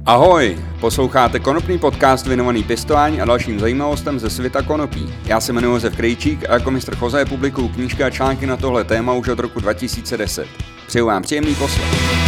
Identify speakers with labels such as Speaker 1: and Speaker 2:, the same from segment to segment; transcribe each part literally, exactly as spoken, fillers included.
Speaker 1: Ahoj, posloucháte konopný podcast věnovaný pěstování a dalším zajímavostem ze světa konopí. Já se jmenuji Josef Krejčík a jako mistr Jose publikuju knížky a články na tohle téma už od roku dva tisíce deset. Přeju vám příjemný poslech.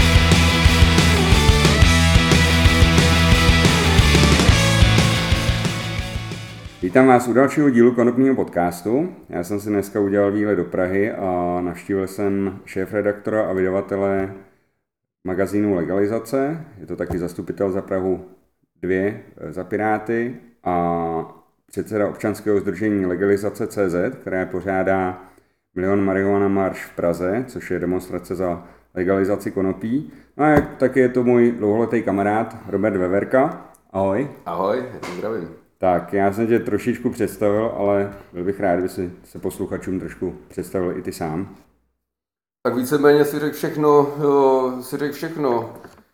Speaker 1: Vítám vás u dalšího dílu konopního podcastu. Já jsem si dneska udělal výlet do Prahy a navštívil jsem šéfredaktora a vydavatele magazínu Legalizace. Je to taky zastupitel za Prahu dva za Piráty a předseda občanského sdružení Legalizace tečka cé zet, které pořádá Milion marihuana marš v Praze, což je demonstrace za legalizaci konopí. No a taky je to můj dlouholetý kamarád Robert Veverka. Ahoj.
Speaker 2: Ahoj, zdravím.
Speaker 1: Tak, já jsem tě trošičku představil, ale byl bych rád, kdyby si se posluchačům trošku představil i ty sám.
Speaker 2: Tak víceméně si řekl všechno, jo, si řekl všechno.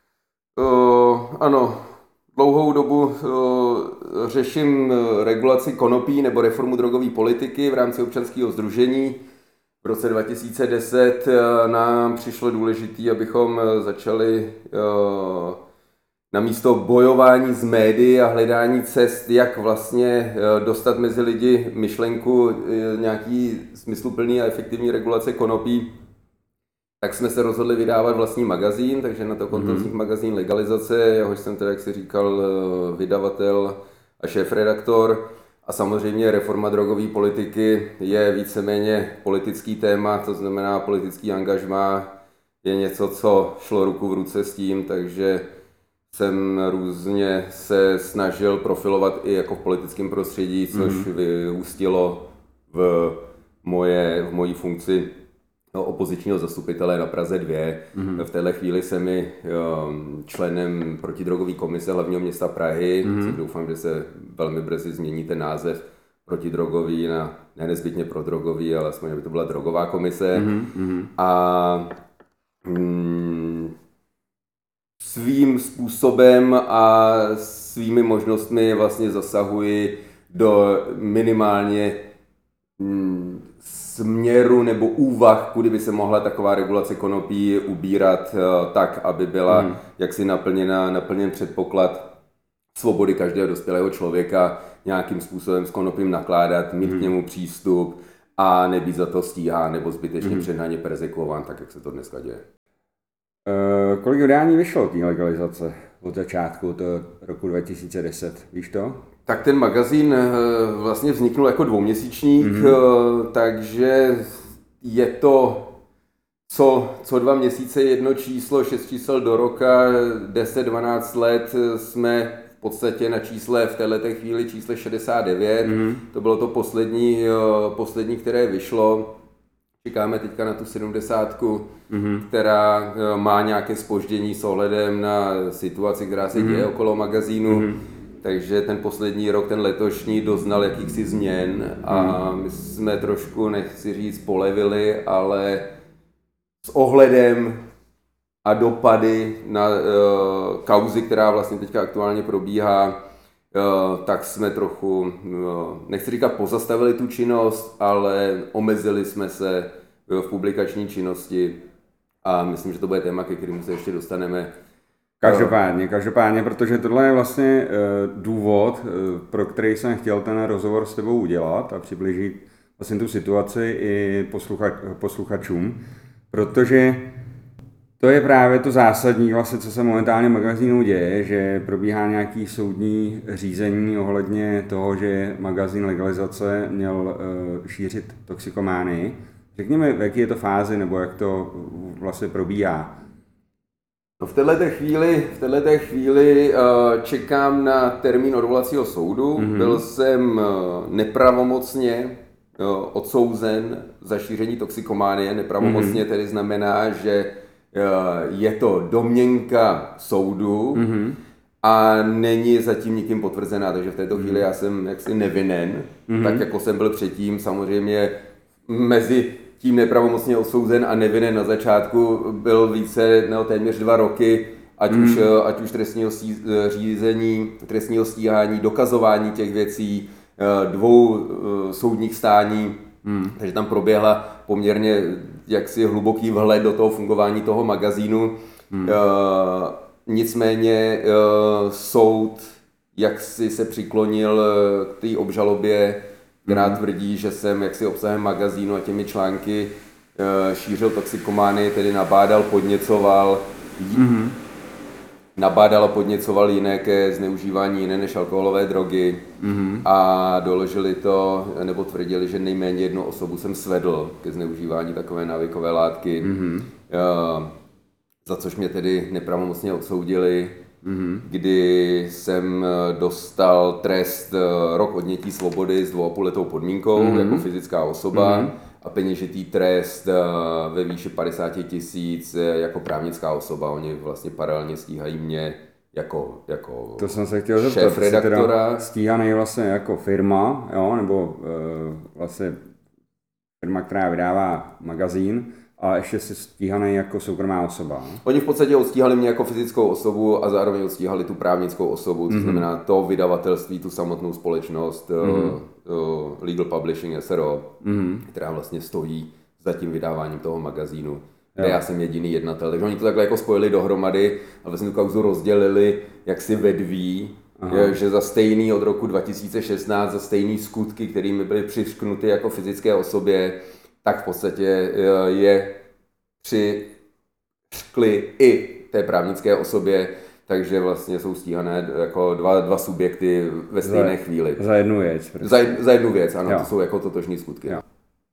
Speaker 2: Jo, ano, dlouhou dobu jo, řeším regulaci konopí nebo reformu drogové politiky v rámci občanského sdružení. V roce dva tisíce deset nám přišlo důležité, abychom začali jo, na místo bojování s médií a hledání cest, jak vlastně dostat mezi lidi myšlenku nějaký smysluplný a efektivní regulace konopí, tak jsme se rozhodli vydávat vlastní magazín, takže na to konto vznikl magazín Legalizace, jehož jsem teda, jak si říkal, vydavatel a šéfredaktor. A samozřejmě reforma drogové politiky je víceméně politický téma, to znamená politický angažmá je něco, co šlo ruku v ruce s tím, takže jsem různě se snažil profilovat i jako v politickém prostředí, což mm-hmm. vyústilo v moje, v mojí funkci no, opozičního zastupitele na Praze dva. Mm-hmm. V téhle chvíli jsem i um, členem protidrogové komise hlavního města Prahy. Mm-hmm. Doufám, že se velmi brzy změní ten název protidrogový na ne nezbytně prodrogový, ale aspoň, aby to byla drogová komise. Mm-hmm. A mm, svým způsobem a svými možnostmi vlastně zasahuji do minimálně mm, směru nebo úvah, kudy by se mohla taková regulace konopí ubírat tak, aby byla mm. jaksi naplněna, naplněn předpoklad svobody každého dospělého člověka nějakým způsobem s konopím nakládat, mít mm. k němu přístup a nebýt za to stíhán nebo zbytečně mm. předhnaně perzekvován, tak jak se to dneska děje.
Speaker 1: Uh, kolik vydání vyšlo té legalizace od začátku toho roku dva tisíce deset, víš to?
Speaker 2: Tak ten magazín vlastně vzniknul jako dvouměsíčník, mm-hmm. takže je to co, co dva měsíce jedno číslo, šest čísel do roka, deset dvanáct let jsme v podstatě na čísle, v této chvíli čísle šedesát devět, mm-hmm. to bylo to poslední, poslední, které vyšlo. Čekáme teďka na tu sedmdesátku, mm-hmm. která má nějaké zpoždění s ohledem na situaci, která se děje mm-hmm. okolo magazínu. Mm-hmm. Takže ten poslední rok, ten letošní, doznal jakýchsi změn a my jsme trošku, nechci říct, polevili, ale s ohledem a dopady na uh, kauzy, která vlastně teďka aktuálně probíhá, uh, tak jsme trochu, uh, nechci říkat pozastavili tu činnost, ale omezili jsme se v publikační činnosti a myslím, že to bude téma, ke kterému se ještě dostaneme.
Speaker 1: Každopádně, každopádně, protože tohle je vlastně uh, důvod, uh, pro který jsem chtěl ten rozhovor s tebou udělat a přiblížit vlastně tu situaci i poslucha, posluchačům, protože to je právě to zásadní, vlastně, co se momentálně v magazínu děje, že probíhá nějaký soudní řízení ohledně toho, že magazín Legalizace měl uh, šířit toxikománii. Řekněme, v jaké je to fázi, nebo jak to vlastně probíhá.
Speaker 2: No v této chvíli, v této chvíli uh, čekám na termín odvolacího soudu. Mm-hmm. Byl jsem uh, nepravomocně uh, odsouzen za šíření toxikománie. Nepravomocně mm-hmm. tedy znamená, že uh, je to domněnka soudu mm-hmm. a není zatím nikým potvrzená. Takže v této chvíli mm-hmm. já jsem jaksi nevinen, mm-hmm. tak jako jsem byl předtím. Samozřejmě mezi tím nepravomocně odsouzen a nevinen na začátku byl více, no téměř dva roky, ať mm. už, ať už trestního řízení, trestního stíhání, dokazování těch věcí, dvou soudních stání, mm. takže tam proběhla poměrně jaksi hluboký vhled do toho fungování toho magazínu. Mm. nicméně uh, soud jaksi se přiklonil k té obžalobě, která mm. tvrdí, že jsem jaksi obsahem magazínu a těmi články uh, šířil toxikomány, tedy nabádal, podněcoval, mm. nabádal a podněcoval jiné ke zneužívání jiné než alkoholové drogy mm. a doložili to, nebo tvrdili, že nejméně jednu osobu jsem svedl ke zneužívání takové návykové látky, mm. uh, za což mě tedy nepravomocně odsoudili, mm-hmm. kdy jsem dostal trest rok odnětí svobody s dvou a půl letou podmínkou mm-hmm. jako fyzická osoba mm-hmm. a peněžitý trest ve výši padesát tisíc jako právnická osoba. Oni vlastně paralelně stíhají mě jako, jako
Speaker 1: to jsem se chtěl zeptat,
Speaker 2: šéf redaktora.
Speaker 1: Stíhaný vlastně jako firma, jo, nebo uh, vlastně firma, která vydává magazín, a ještě si stíhaný jako soukromá osoba.
Speaker 2: Oni v podstatě odstíhali mě jako fyzickou osobu a zároveň odstíhali tu právnickou osobu, to mm-hmm. znamená to vydavatelství, tu samotnou společnost mm-hmm. uh, uh, Legal Publishing S R O, mm-hmm. která vlastně stojí za tím vydáváním toho magazínu, kde já jsem jediný jednatel. Takže oni to takhle jako spojili dohromady a vlastně tu kauzu rozdělili jaksi ve dví, je, že za stejný od roku dva tisíce šestnáct, za stejný skutky, kterými byly přišknuty jako fyzické osobě, tak v podstatě je přiškli i té právnické osobě, takže vlastně jsou stíhané jako dva, dva subjekty ve stejné
Speaker 1: za,
Speaker 2: chvíli.
Speaker 1: Za jednu věc. Prostě.
Speaker 2: Za, za jednu věc, ano,
Speaker 1: jo.
Speaker 2: To jsou jako totožní skutky.
Speaker 1: Jo.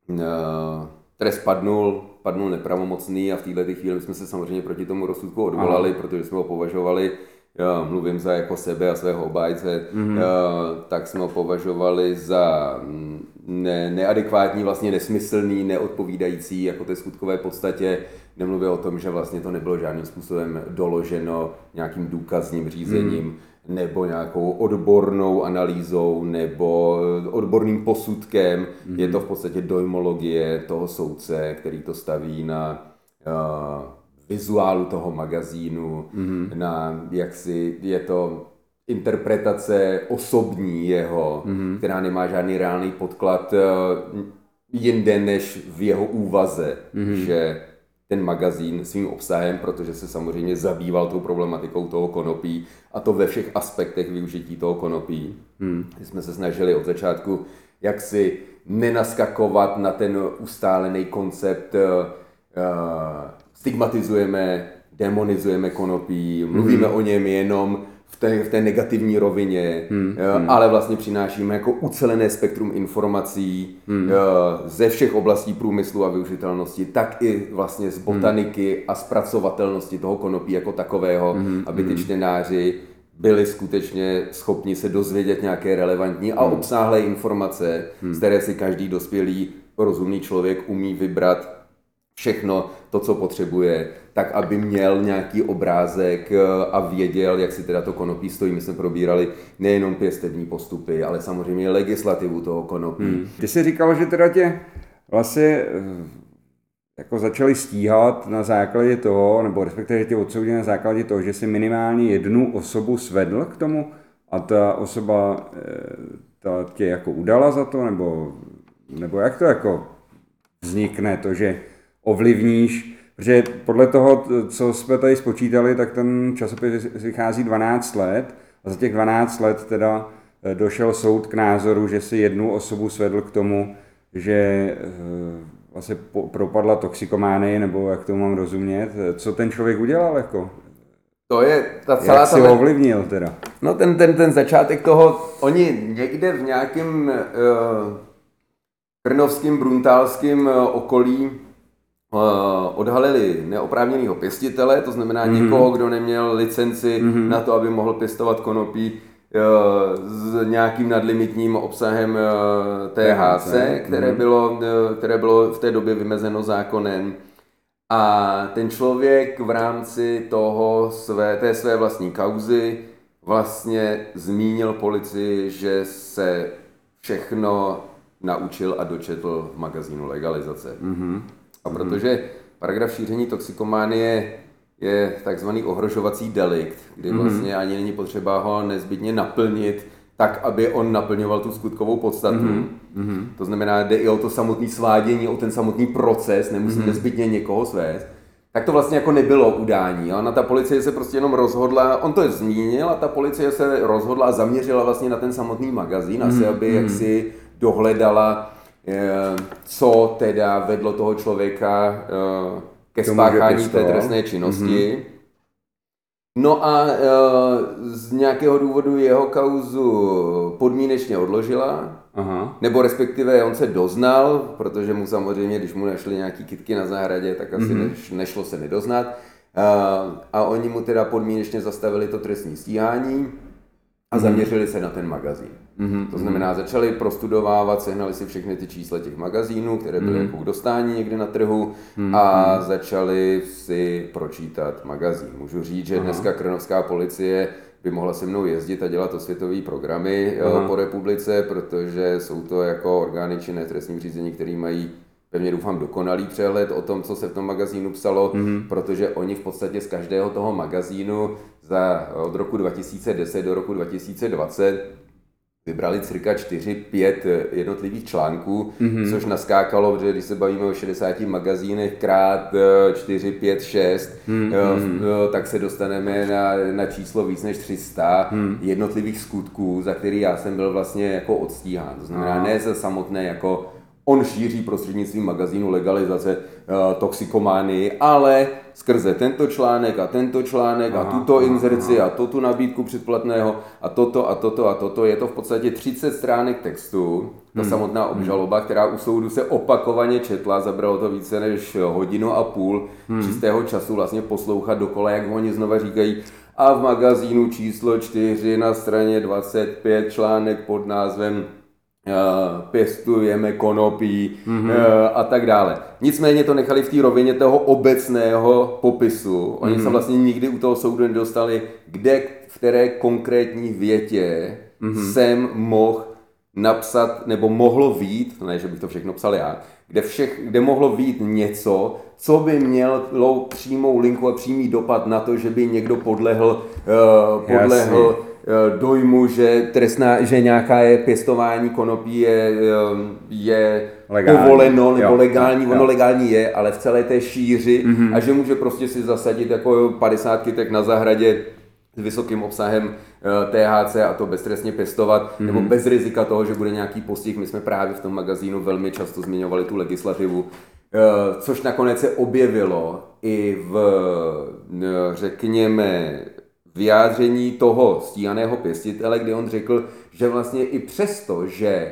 Speaker 2: Trest padnul, padnul nepravomocný a v této chvíli jsme se samozřejmě proti tomu rozsudku odvolali, ano. Protože jsme ho považovali, já mluvím za jako sebe a svého obhájce, mm-hmm. tak jsme ho považovali za ne, neadekvátní, vlastně nesmyslný, neodpovídající jako té skutkové podstatě. Nemluvím o tom, že vlastně to nebylo žádným způsobem doloženo nějakým důkazním řízením mm. nebo nějakou odbornou analýzou nebo odborným posudkem. Mm. Je to v podstatě dojmologie toho soudce, který to staví na uh, vizuálu toho magazínu, mm. na jaksi je to interpretace osobní jeho, mm-hmm. která nemá žádný reálný podklad uh, jinde než v jeho úvaze, mm-hmm. že ten magazín svým obsahem, protože se samozřejmě zabýval tou problematikou toho konopí a to ve všech aspektech využití toho konopí. Mm. Jsme se snažili od začátku jaksi nenaskakovat na ten ustálený koncept uh, uh, stigmatizujeme, demonizujeme konopí, mluvíme mm. o něm jenom v té, v té negativní rovině, hmm, hmm. ale vlastně přinášíme jako ucelené spektrum informací hmm. ze všech oblastí průmyslu a využitelnosti, tak i vlastně z botaniky hmm. a zpracovatelnosti toho konopí jako takového, hmm. aby ty čtenáři byli skutečně schopni se dozvědět nějaké relevantní a obsáhlé informace, hmm. z které si každý dospělý rozumný člověk umí vybrat všechno to, co potřebuje, tak aby měl nějaký obrázek a věděl, jak si teda to konopí stojí. My jsme probírali nejenom pěstební postupy, ale samozřejmě legislativu toho konopí. Hmm.
Speaker 1: Ty jsi říkal, že teda tě vlastně jako začali stíhat na základě toho, nebo respektive tě odsoudili na základě toho, že jsi minimálně jednu osobu svedl k tomu a ta osoba ta tě jako udala za to, nebo, nebo jak to jako vznikne to, že ovlivníš, protože podle toho, co jsme tady spočítali, tak ten časopis vychází dvanáct let a za těch dvanáct let teda došel soud k názoru, že si jednu osobu svedl k tomu, že vlastně propadla toxikománii, nebo jak to mám rozumět. Co ten člověk udělal jako?
Speaker 2: To je ta celá...
Speaker 1: Jak si ho ovlivnil teda?
Speaker 2: No ten, ten, ten začátek toho, oni někde v nějakém uh, krnovským, bruntálským uh, okolí odhalili neoprávněného pěstitele, to znamená mm-hmm. někoho, kdo neměl licenci mm-hmm. na to, aby mohl pěstovat konopí s nějakým nadlimitním obsahem T H C, které, mm-hmm. bylo, které bylo v té době vymezeno zákonem. A ten člověk v rámci toho své, té své vlastní kauzy vlastně zmínil policii, že se všechno naučil a dočetl v magazínu Legalizace. Mm-hmm. A protože paragraf šíření toxikománie je takzvaný ohrožovací delikt, kdy vlastně ani není potřeba ho nezbytně naplnit tak, aby on naplňoval tu skutkovou podstatu. Mm-hmm. To znamená, jde i o to samotné svádění, o ten samotný proces, nemusí mm-hmm. nezbytně někoho svést. tak to vlastně jako nebylo udání. Ona ta policie se prostě jenom rozhodla, on to je zmínil a ta policie se rozhodla a zaměřila vlastně na ten samotný magazín, asi mm, aby mm. jaksi dohledala, co teda vedlo toho člověka ke spáchání té trestné činnosti. Mm-hmm. No a z nějakého důvodu jeho kauzu podmínečně odložila. Aha. Nebo respektive on se doznal, protože mu samozřejmě, když mu našli nějaký kytky na zahradě, tak asi mm-hmm. neš, nešlo se nedoznat. A, a oni mu teda podmínečně zastavili to trestní stíhání a mm-hmm. zaměřili se na ten magazín. Mm-hmm. To znamená, začali prostudovávat, sehnali si všechny ty čísla těch magazínů, které byly mm-hmm. jako k dostání někde na trhu mm-hmm. a začali si pročítat magazín. Můžu říct, že dneska krnovská policie by mohla se mnou jezdit a dělat osvětové programy Aha. po republice, protože jsou to jako orgány činné v trestním řízení, které mají, pevně doufám, dokonalý přehled o tom, co se v tom magazínu psalo, mm-hmm. protože oni v podstatě z každého toho magazínu za, od roku dva tisíce deset do roku dva tisíce dvacet vybrali cirka čtyři pět jednotlivých článků, mm-hmm. což naskákalo, protože když se bavíme o šedesáti magazínech krát čtyři, pět, šest, mm-hmm. tak se dostaneme na, na číslo víc než tři sta mm. jednotlivých skutků, za který já jsem byl vlastně jako odstíhán. To znamená, Aha. ne za samotné jako on šíří prostřednictvím magazínu legalizace uh, toxikománii, ale skrze tento článek a tento článek aha, a tuto inzerci aha. a tuto nabídku předplatného a toto a toto a toto. Je to v podstatě třicet stránek textu, ta hmm. samotná obžaloba, která u soudu se opakovaně četla, zabralo to více než hodinu a půl hmm. čistého času vlastně poslouchat dokola, jak oni znova říkají. A v magazínu číslo čtyři na straně dvacet pět článek pod názvem pěstujeme konopí mm-hmm. a tak dále. Nicméně to nechali v té rovině toho obecného popisu. Oni mm-hmm. se vlastně nikdy u toho soudu nedostali, kde, v které konkrétní větě mm-hmm. jsem mohl napsat, nebo mohlo vít, ne, že bych to všechno psal já, kde, všech, kde mohlo vít něco, co by mělo přímou linku a přímý dopad na to, že by někdo podlehl, uh, podlehl Jasně. dojmu, že trestná, že nějaká je pěstování konopí je, je povoleno nebo jo, legální, jo. ono legální je, ale v celé té šíři mm-hmm. a že může prostě si zasadit jako padesát kytek na zahradě s vysokým obsahem T H C a to beztrestně pěstovat, mm-hmm. nebo bez rizika toho, že bude nějaký postih. My jsme právě v tom magazínu velmi často zmiňovali tu legislativu, což nakonec se objevilo i v, řekněme, vyjádření toho stíhaného pěstitele, kdy on řekl, že vlastně i přesto, že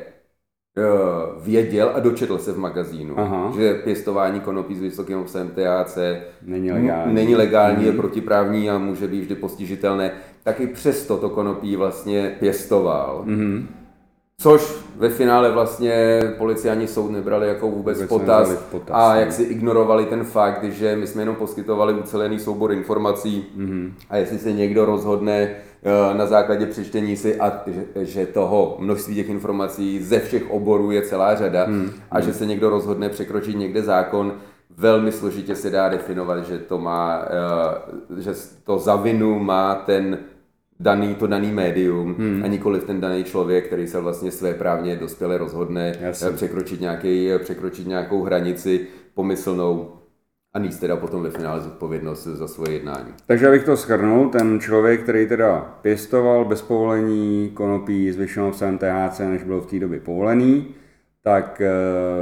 Speaker 2: uh, věděl a dočetl se v magazínu, Aha. že pěstování konopí s vysokým obsahem T H C
Speaker 1: není legální,
Speaker 2: není legální mm. je protiprávní a může být vždy postižitelné, tak i přesto to konopí vlastně pěstoval. Mm. Což ve finále vlastně policie ani soud nebrali jako vůbec, vůbec potaz, potaz a jak si ignorovali ten fakt, že my jsme jenom poskytovali ucelený soubor informací mm-hmm. a jestli se někdo rozhodne na základě přečtení si, a že, že toho množství těch informací ze všech oborů je celá řada mm-hmm. a že se někdo rozhodne překročit někde zákon, velmi složitě se dá definovat, že to má, že to za vinu má ten daný, to daný médium hmm. a nikoliv ten daný člověk, který se vlastně svéprávně dospěle rozhodne překročit, nějaký, překročit nějakou hranici pomyslnou a nést teda potom ve finále zodpovědnost za svoje jednání.
Speaker 1: Takže abych to shrnul, ten člověk, který teda pěstoval bez povolení konopí s vyšším obsahem T H C, než bylo v té době povolený, tak e,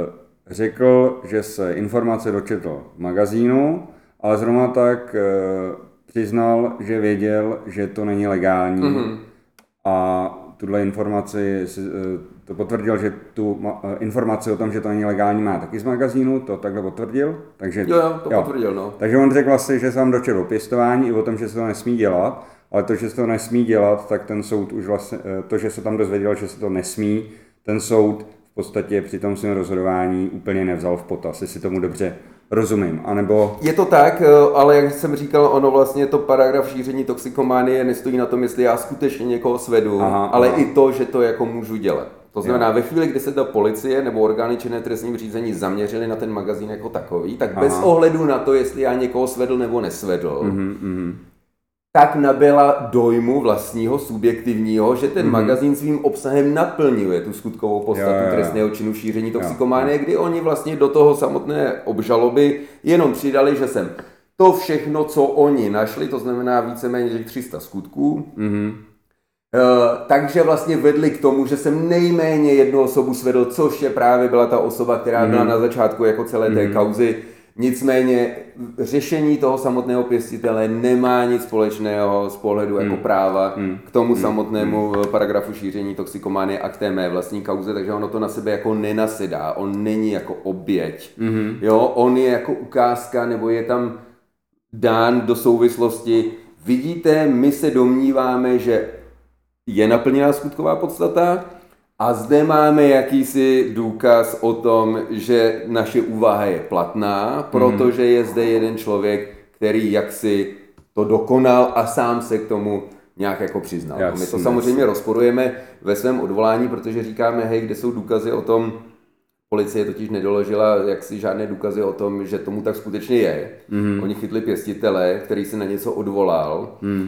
Speaker 1: řekl, že se informace dočetl v magazínu, ale zrovna tak e, přiznal, že věděl, že to není legální mm-hmm. a tuhle informaci, to potvrdil, že tu informaci o tom, že to není legální, má taky z magazínu, to takhle potvrdil. Takže,
Speaker 2: jo, jo, to jo. potvrdil, no.
Speaker 1: Takže on řekl vlastně, že se tam dočetl o pěstování i o tom, že se to nesmí dělat, ale to, že se to nesmí dělat, tak ten soud už vlastně, to, že se tam dozvěděl, že se to nesmí, ten soud v podstatě při tom svém rozhodování úplně nevzal v potaz, jestli tomu dobře rozumím, anebo...
Speaker 2: Je to tak, ale jak jsem říkal, ono vlastně to paragraf šíření toxikománie nestojí na tom, jestli já skutečně někoho svedu, aha, ale aha. i to, že to jako můžu dělat. To znamená, jo. ve chvíli, kdy se ta policie nebo orgány činné trestním řízení zaměřili na ten magazín jako takový, tak aha. bez ohledu na to, jestli já někoho svedl nebo nesvedl, mm-hmm, mm-hmm. tak nabyla dojmu vlastního, subjektivního, že ten mm-hmm. magazín svým obsahem naplňuje tu skutkovou podstatu jo, jo, jo. trestného činu šíření toxikománie, kdy oni vlastně do toho samotné obžaloby jenom přidali, že jsem to všechno, co oni našli, to znamená víceméně tři sta skutků, mm-hmm. Uh, takže vlastně vedli k tomu, že jsem nejméně jednu osobu svedl, což je právě byla ta osoba, která byla mm. na začátku jako celé té mm. kauzy. Nicméně řešení toho samotného pěstitele nemá nic společného z pohledu mm. jako práva mm. k tomu mm. samotnému mm. paragrafu šíření toxikomanie a k té mé vlastní kauze, takže ono to na sebe jako nenasedá, on není jako oběť. Mm. Jo, on je jako ukázka, nebo je tam dán do souvislosti. Vidíte, my se domníváme, že je naplněná skutková podstata a zde máme jakýsi důkaz o tom, že naše úvaha je platná, protože je zde jeden člověk, který jaksi to dokonal a sám se k tomu nějak jako přiznal. Jasný, My to samozřejmě jasný. rozporujeme ve svém odvolání, protože říkáme, hej, kde jsou důkazy o tom, policie totiž nedoložila jaksi žádné důkazy o tom, že tomu tak skutečně je. Mm. Oni chytli pěstitele, který se na něco odvolal mm.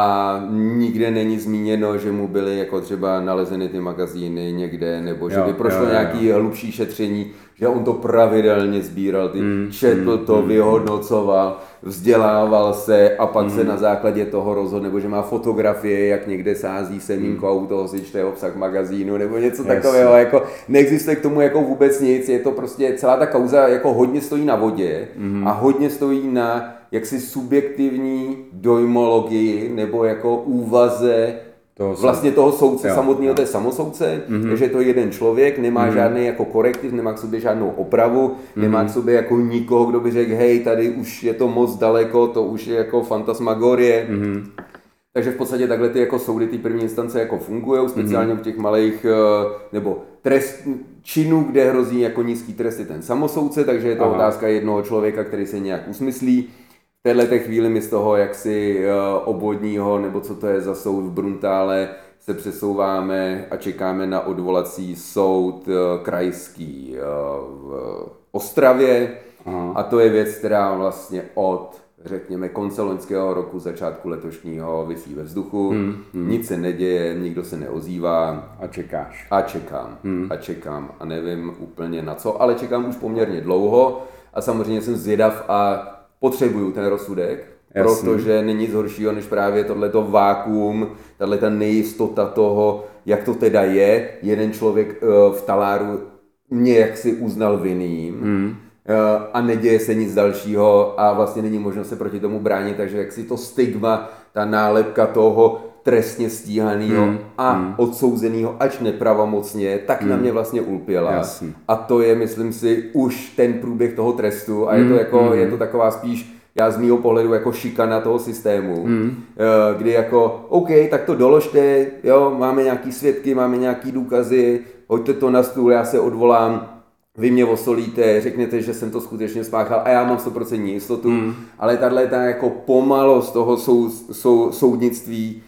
Speaker 2: a nikde není zmíněno, že mu byly jako třeba nalezeny ty magazíny někde, nebo že jo, by prošlo jo, jo. nějaký hlubší šetření, že on to pravidelně sbíral, ty mm. četl to, mm. vyhodnocoval, vzdělával se a pak mm. se na základě toho rozhodl, nebo že má fotografie, jak někde sází semínko a u toho si čte obsah magazínu, nebo něco yes. takového, jako neexistuje k tomu jako vůbec nic, je to prostě celá ta kauza jako hodně stojí na vodě mm. a hodně stojí na jaksi subjektivní dojmologii, nebo jako úvaze toho vlastně toho soudce jo, samotného, to je samosoudce, mm-hmm. takže je to jeden člověk, nemá mm-hmm. žádný jako korektiv, nemá k sobě žádnou opravu, mm-hmm. nemá k sobě jako nikoho, kdo by řekl, hej, tady už je to moc daleko, to už je jako fantasmagorie. Mm-hmm. Takže v podstatě takhle ty jako soudy, ty první instance jako fungují, speciálně mm-hmm. u těch malých nebo trest, činů, kde hrozí jako nízký trest je ten samosoudce, takže je to Aha. otázka jednoho člověka, který se nějak usmyslí. V této chvíli my z toho jaksi uh, obvodního, nebo co to je za soud v Bruntále, se přesouváme a čekáme na odvolací soud uh, krajský uh, v Ostravě. Aha. A to je věc, která vlastně od, řekněme, konce loňského roku, začátku letošního visí ve vzduchu. Hmm, hmm. Nic se neděje, nikdo se neozývá.
Speaker 1: A čekáš.
Speaker 2: A čekám. Hmm. A čekám. A nevím úplně na co, ale čekám už poměrně dlouho. A samozřejmě jsem zvědav a potřebuju ten rozsudek, Jasný. protože není nic horšího, než právě tohleto vákuum, tato nejistota toho, jak to teda je. Jeden člověk uh, v taláru mě jaksi uznal vinným mm. uh, a neděje se nic dalšího a vlastně není možno se proti tomu bránit, takže jaksi to stigma, ta nálepka toho trestně stíhaného mm. a mm. odsouzeného ač nepravomocně, tak mm. na mě vlastně ulpěla. Jasný. A to je, myslím si, už ten průběh toho trestu a je to, jako, mm. je to taková spíš, já z mýho pohledu, jako šikana toho systému, mm. kdy jako, OK, tak to doložte, jo, máme nějaký svědky, máme nějaký důkazy, hoďte to na stůl, já se odvolám, vy mě osolíte, řekněte, že jsem to skutečně spáchal a já mám sto procent jistotu, mm. ale tahle ta jako pomalost toho sou, sou, soudnictví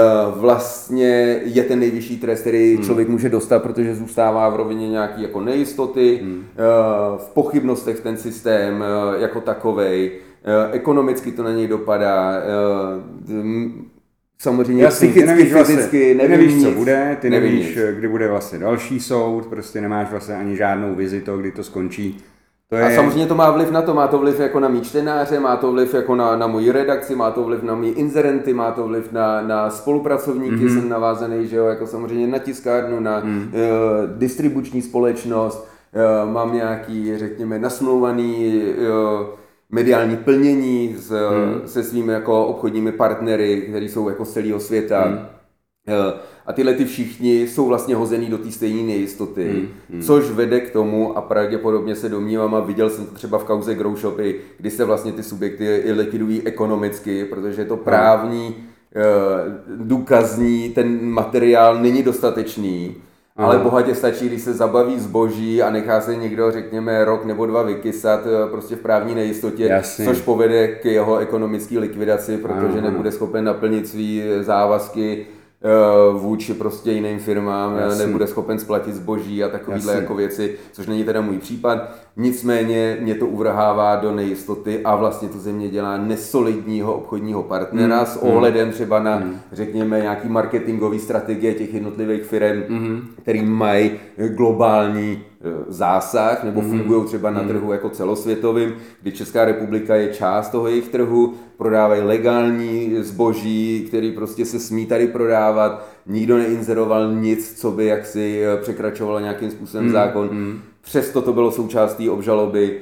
Speaker 2: vlastně je ten nejvyšší trest, který hmm. člověk může dostat, protože zůstává v rovině nějaký jako nejistoty, hmm. v pochybnostech ten systém jako takovej, ekonomicky to na něj dopadá, samozřejmě
Speaker 1: Jasný,
Speaker 2: psychicky, fyzicky,
Speaker 1: vlastně, nevíš, nic, co bude, ty nevíš, nevíš kdy bude vlastně další soud, prostě nemáš vlastně ani žádnou vizi toho, kdy to skončí. To je...
Speaker 2: A samozřejmě to má vliv na to, má to vliv jako na mý čtenáře, má to vliv jako na, na moji redakci, má to vliv na mý inzerenty, má to vliv na, na spolupracovníky, mm-hmm. jsem navázaný, že jo, jako samozřejmě na tiskárnu, na mm. uh, distribuční společnost, uh, mám nějaký, řekněme, nasmlouvaný uh, mediální plnění s, mm. se svými jako obchodními partnery, kteří jsou jako z celého světa. Mm. Uh, a tyhle ty všichni jsou vlastně hozený do té stejné nejistoty, hmm, hmm. což vede k tomu, a pravděpodobně se domnívám, a viděl jsem to třeba v kauze Grow Shopy, kdy se vlastně ty subjekty likvidují ekonomicky, protože je to právní, hmm. důkazní, ten materiál není dostatečný, hmm. ale bohatě stačí, když se zabaví zboží a nechá se někdo, řekněme, rok nebo dva vykysat prostě v právní nejistotě, Jasně. což povede k jeho ekonomické likvidaci, protože hmm. nebude schopen naplnit svý závazky vůči prostě jiným firmám, Jasný. nebude schopen splatit zboží a takovýhle jako věci, což není teda můj případ. Nicméně mě to uvrhává do nejistoty a vlastně to ze mě dělá nesolidního obchodního partnera mm. s ohledem třeba na, mm. řekněme, nějaký marketingový strategie těch jednotlivých firm, mm. který mají globální zásah, nebo fungují třeba na trhu jako celosvětovým, kdy Česká republika je část toho jejich trhu, prodávají legální zboží, který prostě se smí tady prodávat, nikdo neinzeroval nic, co by jaksi překračovalo nějakým způsobem mm, zákon. Mm. Přesto to bylo součástí obžaloby,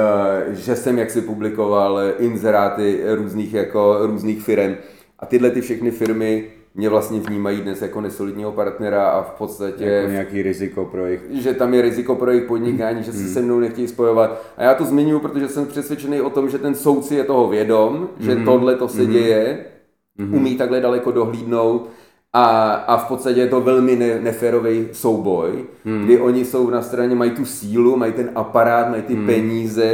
Speaker 2: že jsem jaksi publikoval inzeráty různých, jako, různých firem. A tyhle ty všechny firmy mě vlastně vnímají dnes jako nesolidního partnera a v podstatě...
Speaker 1: Jako nějaký riziko pro jejich...
Speaker 2: Že tam je riziko pro jejich podnikání, že se se mnou nechtějí spojovat. A já to zmiňuji, protože jsem přesvědčený o tom, že ten soudci je toho vědom, že mm-hmm. tohle to se mm-hmm. děje, mm-hmm. umí takhle daleko dohlídnout a, a v podstatě je to velmi ne, neférový souboj, mm. kdy oni jsou na straně, mají tu sílu, mají ten aparát, mají ty mm. peníze,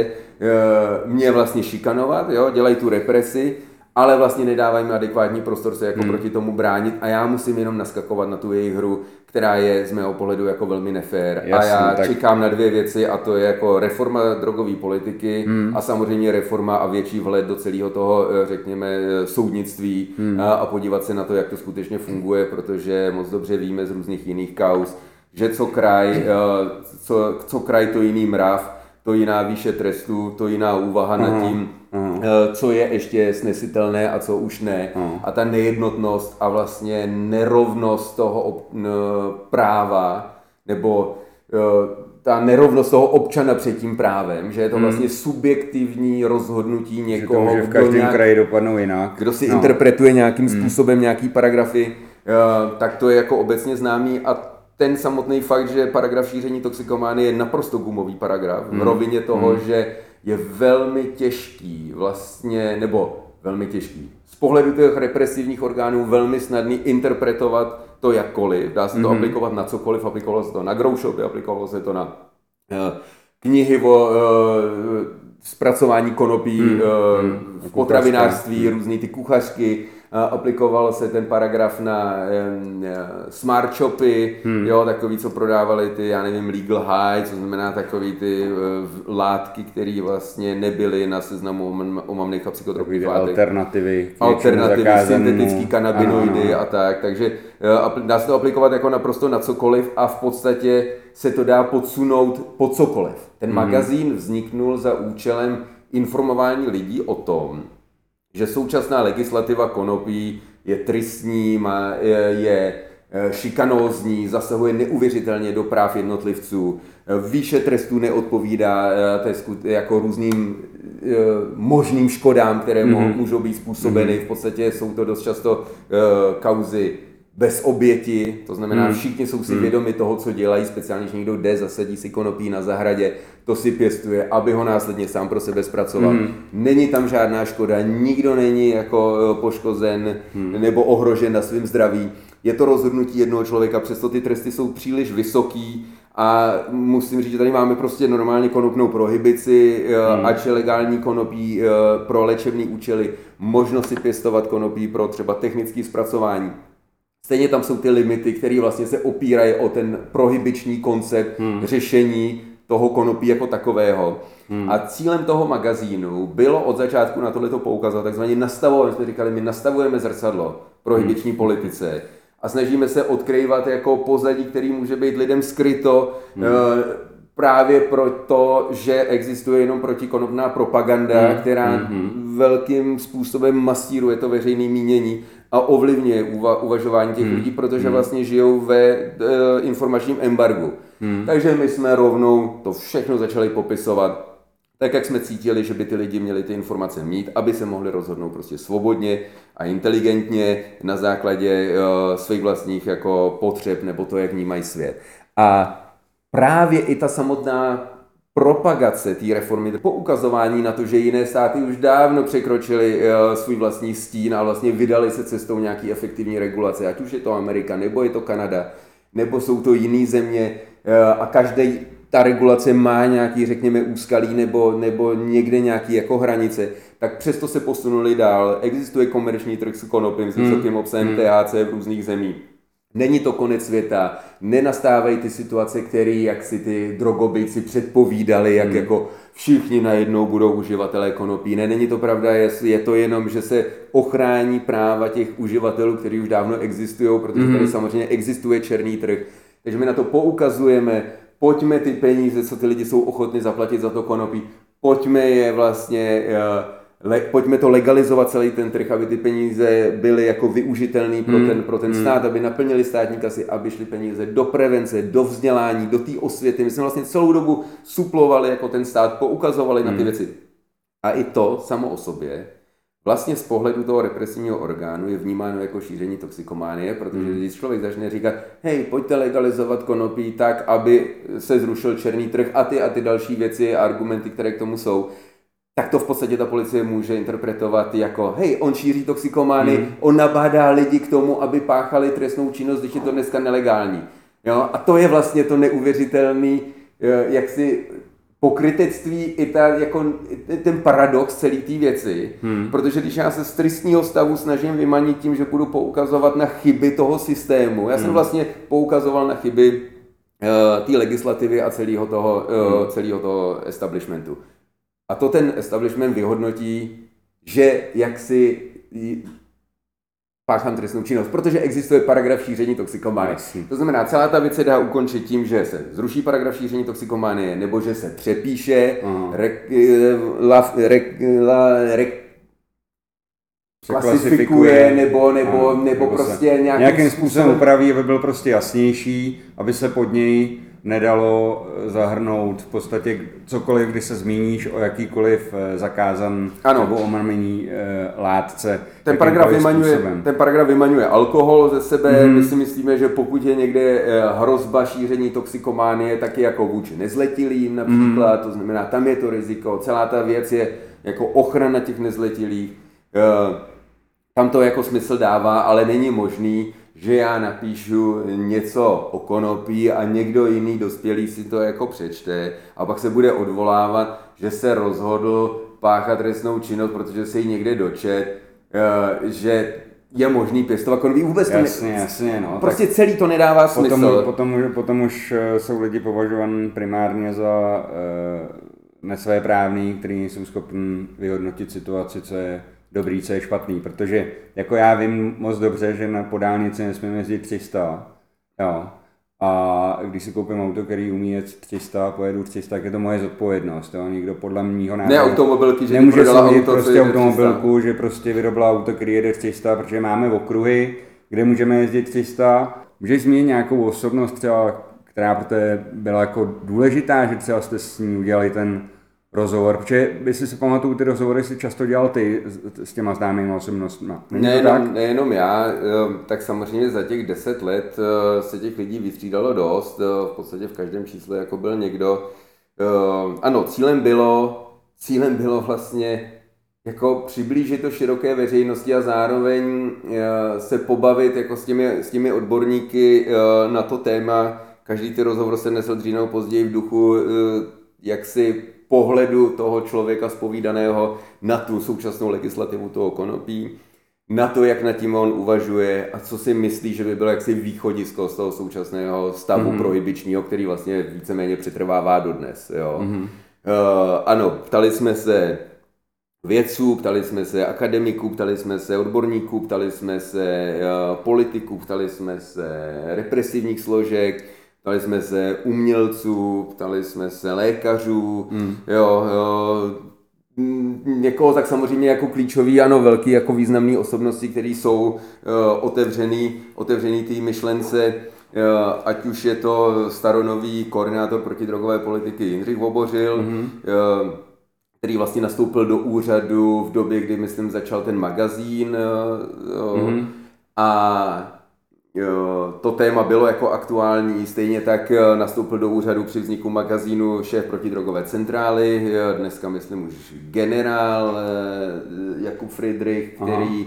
Speaker 2: mě vlastně šikanovat, jo, dělají tu represi, ale vlastně nedávají mi adekvátní prostor se jako hmm. proti tomu bránit a já musím jenom naskakovat na tu jejich hru, která je z mého pohledu jako velmi nefér. Jasný, a já tak... čekám na dvě věci a to je jako reforma drogové politiky hmm. a samozřejmě reforma a větší vhled do celého toho, řekněme, soudnictví hmm. a, a podívat se na to, jak to skutečně funguje, protože moc dobře víme z různých jiných kauz, že co kraj, co, co kraj to jiný mrav, to jiná výše trestu, to jiná úvaha uh-huh. nad tím, uh-huh. co je ještě snesitelné a co už ne. Uh-huh. A ta nejednotnost a vlastně nerovnost toho ob- práva, nebo ta nerovnost toho občana před tím právem, že je to hmm. vlastně subjektivní rozhodnutí někoho,
Speaker 1: že to může v každém nějak, kraji dopadnou jinak.
Speaker 2: Kdo si no. interpretuje nějakým hmm. způsobem nějaký paragrafy, tak to je jako obecně známý a ten samotný fakt, že paragraf šíření toxikománie je naprosto gumový paragraf, v rovině toho, mm. že je velmi těžký vlastně, nebo velmi těžký, z pohledu těch represivních orgánů velmi snadný interpretovat to jakkoliv. Dá se to mm. aplikovat na cokoliv, aplikovalo se to na grow shopy, aplikovalo se to na uh, knihy o uh, zpracování konopí mm. uh, v potravinářství, různý ty kuchařky, aplikoval se ten paragraf na um, smart shopy, hmm. jo, takový, co prodávali ty, já nevím, legal high, co znamená takový ty uh, látky, které vlastně nebyly na seznamu omamných a psychotropních látek.
Speaker 1: Alternativy.
Speaker 2: Alternativy, syntetický kanabinoidy a tak, takže uh, dá se to aplikovat jako naprosto na cokoliv a v podstatě se to dá podsunout pod cokoliv. Ten hmm. magazín vzniknul za účelem informování lidí o tom, že současná legislativa konopí je tristní, je, je šikanózní, zasahuje neuvěřitelně do práv jednotlivců, výše trestů neodpovídá jako různým možným škodám, které mm-hmm. můžou být způsobeny. V podstatě jsou to dost často kauzy bez oběti, to znamená, hmm. všichni jsou si hmm. vědomi toho, co dělají, speciálně, když někdo jde, zasadí si konopí na zahradě, to si pěstuje, aby ho následně sám pro sebe zpracoval. Hmm. Není tam žádná škoda, nikdo není jako poškozen hmm. nebo ohrožen na svém zdraví. Je to rozhodnutí jednoho člověka, přesto ty tresty jsou příliš vysoký a musím říct, že tady máme prostě normálně konopnou prohibici, hmm. ač je legální konopí pro léčebné účely, možnost si pěstovat konopí pro třeba technické zpracování. Stejně tam jsou ty limity, které vlastně se opírají o ten prohibiční koncept hmm. řešení toho konopí jako takového. Hmm. A cílem toho magazínu bylo od začátku na tohleto poukazat, takzvaně nastavovat, jsme říkali, my nastavujeme zrcadlo prohibiční hmm. politice a snažíme se odkrývat jako pozadí, který může být lidem skryto hmm. e, právě proto, že existuje jenom protikonopná propaganda, hmm. která hmm. velkým způsobem masíruje to veřejné mínění a ovlivňuje uva- uvažování těch hmm. lidí, protože hmm. vlastně žijou ve e, informačním embargu. Hmm. Takže my jsme rovnou to všechno začali popisovat, tak jak jsme cítili, že by ty lidi měli ty informace mít, aby se mohli rozhodnout prostě svobodně a inteligentně na základě e, svých vlastních jako potřeb nebo to, jak vnímají svět. A právě i ta samotná propagace té reformy, poukazování na to, že jiné státy už dávno překročily uh, svůj vlastní stín a vlastně vydali se cestou nějaký efektivní regulace, ať už je to Amerika, nebo je to Kanada, nebo jsou to jiné země uh, a každý ta regulace má nějaký, řekněme, úskalí nebo, nebo někde nějaký jako hranice, tak přesto se posunuli dál. Existuje komerční trh s konopím s vysokým obsahem hmm. T H C v různých zemích. Není to konec světa, nenastávají ty situace, které, jak si ty drogobijci předpovídali, jak hmm. jako všichni najednou budou uživatelé konopí. Ne, není to pravda, je, je to jenom, že se ochrání práva těch uživatelů, kteří už dávno existují, protože hmm. tady samozřejmě existuje černý trh. Takže my na to poukazujeme, pojďme ty peníze, co ty lidi jsou ochotni zaplatit za to konopí, pojďme je vlastně, le, pojďme to legalizovat celý ten trh, aby ty peníze byly jako využitelný pro ten, pro ten stát, aby naplnili státní kasy, aby šly peníze do prevence, do vzdělání, do té osvěty. My jsme vlastně celou dobu suplovali jako ten stát, poukazovali hmm. na ty věci. A i to samo o sobě vlastně z pohledu toho represivního orgánu je vnímáno jako šíření toxikománie, protože když člověk začne říkat, hej, pojďte legalizovat konopí tak, aby se zrušil černý trh a ty a ty další věci a argumenty, které k tomu jsou, tak to v podstatě ta policie může interpretovat jako, hej, on šíří toxikomány, hmm. on nabádá lidi k tomu, aby páchali trestnou činnost, když je to dneska nelegální. Jo? A to je vlastně to neuvěřitelný, jak si pokrytectví i ta, jako, ten paradox celé té věci, hmm. protože když já se z tristního stavu snažím vymanit tím, že budu poukazovat na chyby toho systému, já jsem hmm. vlastně poukazoval na chyby uh, té legislativy a celého toho, uh, hmm. celého toho establishmentu. A to ten establishment vyhodnotí, že jaksi páchám trestnou činnost, protože existuje paragraf šíření toxikománie. To znamená, celá ta věc se dá ukončit tím, že se zruší paragraf šíření toxikománie, nebo že se přepíše, re, la, re, la, re, klasifikuje, nebo, nebo,
Speaker 1: ano,
Speaker 2: nebo, nebo prostě nějakým,
Speaker 1: nějakým způsobem upraví, aby byl prostě jasnější, aby se pod něj nedalo zahrnout v podstatě cokoliv, kdy se zmíníš o jakýkoliv zakázan ano. nebo omamení e, látce.
Speaker 2: Ten paragraf, vymaňuje, ten paragraf vymaňuje alkohol ze sebe. Hmm. My si myslíme, že pokud je někde hrozba šíření toxikománie, tak je jako vůči nezletilým například, hmm. to znamená, tam je to riziko. Celá ta věc je jako ochrana těch nezletilých. E, tam to jako smysl dává, ale není možný, že já napíšu něco o konopí a někdo jiný dospělý si to jako přečte a pak se bude odvolávat, že se rozhodl páchat trestnou činnost, protože se jí někde dočet, že je možný pěstovat konopí. Vůbec
Speaker 1: jasně,
Speaker 2: to ne...
Speaker 1: jasně, no.
Speaker 2: Prostě tak celý to nedává smysl.
Speaker 1: Potom, potom, potom už jsou lidi považovaní primárně za uh, nesvéprávný, kteří nejsou schopni vyhodnotit situaci, co je dobrý, co je špatný, protože jako já vím moc dobře, že na po dálnici nesmím jezdit tři sta, jo, a když si koupím auto, který umí jet tři sta, pojedu tři sta, tak je to moje zodpovědnost, jo, nikdo podle mýho názoru
Speaker 2: ne automobilky, že
Speaker 1: nemůže soudit prostě automobilku, že prostě vyrobila auto, který jede tři sta, protože máme okruhy, kde můžeme jezdit tři sta, můžeš zmínit nějakou osobnost třeba, která pro tebe byla jako důležitá, že třeba jste s ní udělali ten rozhovor, protože jestli si pamatuju, ty rozhovory si často dělal ty s, s těma známými osobnostmi.
Speaker 2: Nejenom, nejenom já, tak samozřejmě za těch deset let se těch lidí vystřídalo dost, v podstatě v každém čísle jako byl někdo. Ano, cílem bylo, cílem bylo vlastně jako přiblížit to široké veřejnosti a zároveň se pobavit jako s těmi, s těmi odborníky na to téma. Každý ty rozhovor se nesl dřív nebo později v duchu jaksi pohledu toho člověka zpovídaného na tu současnou legislativu toho konopí, na to, jak nad tím on uvažuje a co si myslí, že by bylo jaksi východisko z toho současného stavu mm-hmm. prohibičního, který vlastně víceméně přetrvává dodnes. Jo. Mm-hmm. Uh, ano, ptali jsme se vědců, ptali jsme se akademiků, ptali jsme se odborníků, ptali jsme se uh, politiků, ptali jsme se represivních složek, ptali jsme se umělců, ptali jsme se lékařů, mm. jo, jo, někoho tak samozřejmě jako klíčový, ano, velký jako významný osobnosti, který jsou uh, otevřený, otevřený té myšlence, uh, ať už je to staronový koordinátor protidrogové politiky Jindřich Vobořil, mm. uh, který vlastně nastoupil do úřadu v době, kdy, myslím, začal ten magazín uh, uh, mm. a to téma bylo jako aktuální, stejně tak nastoupil do úřadu při vzniku magazínu šéf protidrogové centrály, dneska myslím už generál Jakub Friedrich, který,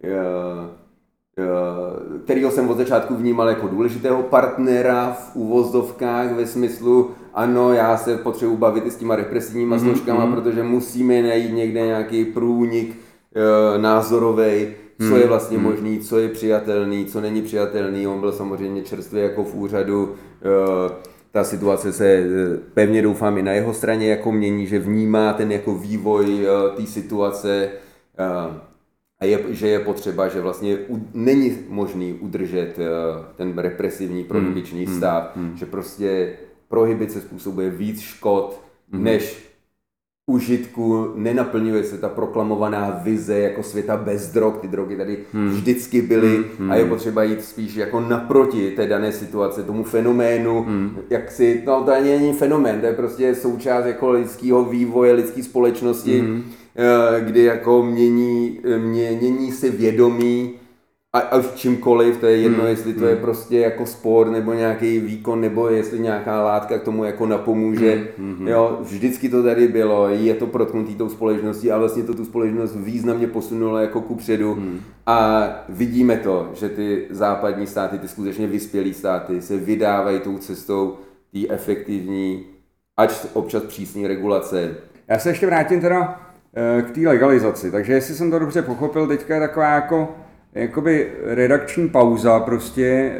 Speaker 2: kterýho jsem od začátku vnímal jako důležitého partnera v uvozovkách ve smyslu, ano, já se potřebuji bavit i s těma represivníma mm-hmm. složkama, protože musíme najít někde nějaký průnik názorovej, co je vlastně hmm. možný, co je přijatelný, co není přijatelný. On byl samozřejmě čerstvě jako v úřadu. Ta situace se pevně doufám i na jeho straně jako mění, že vnímá ten jako vývoj té situace a je, že je potřeba, že vlastně není možný udržet ten represivní prohibiční hmm. stav, hmm. že prostě prohibice způsobuje víc škod, mm. než užitku, nenaplňuje se ta proklamovaná vize jako světa bez drog, ty drogy tady hmm. vždycky byly hmm. a je potřeba jít spíš jako naproti té dané situace, tomu fenoménu, hmm. jak si, no to ani není fenomén, to je prostě součást jako lidského vývoje, lidské společnosti, hmm. kdy jako mění, mě, mění se vědomí a, a v čímkoliv, to je jedno, hmm. jestli to je prostě jako sport nebo nějaký výkon, nebo jestli nějaká látka k tomu jako napomůže. Hmm. Jo, vždycky to tady bylo, je to protknutý tou společností a vlastně to tu společnost významně posunulo jako kupředu. Hmm. A vidíme to, že ty západní státy, ty skutečně vyspělé státy se vydávají tou cestou té efektivní, ač občas přísné regulace.
Speaker 1: Já se ještě vrátím teda k té legalizaci, takže jestli jsem to dobře pochopil, teďka je taková jako jakoby redakční pauza, prostě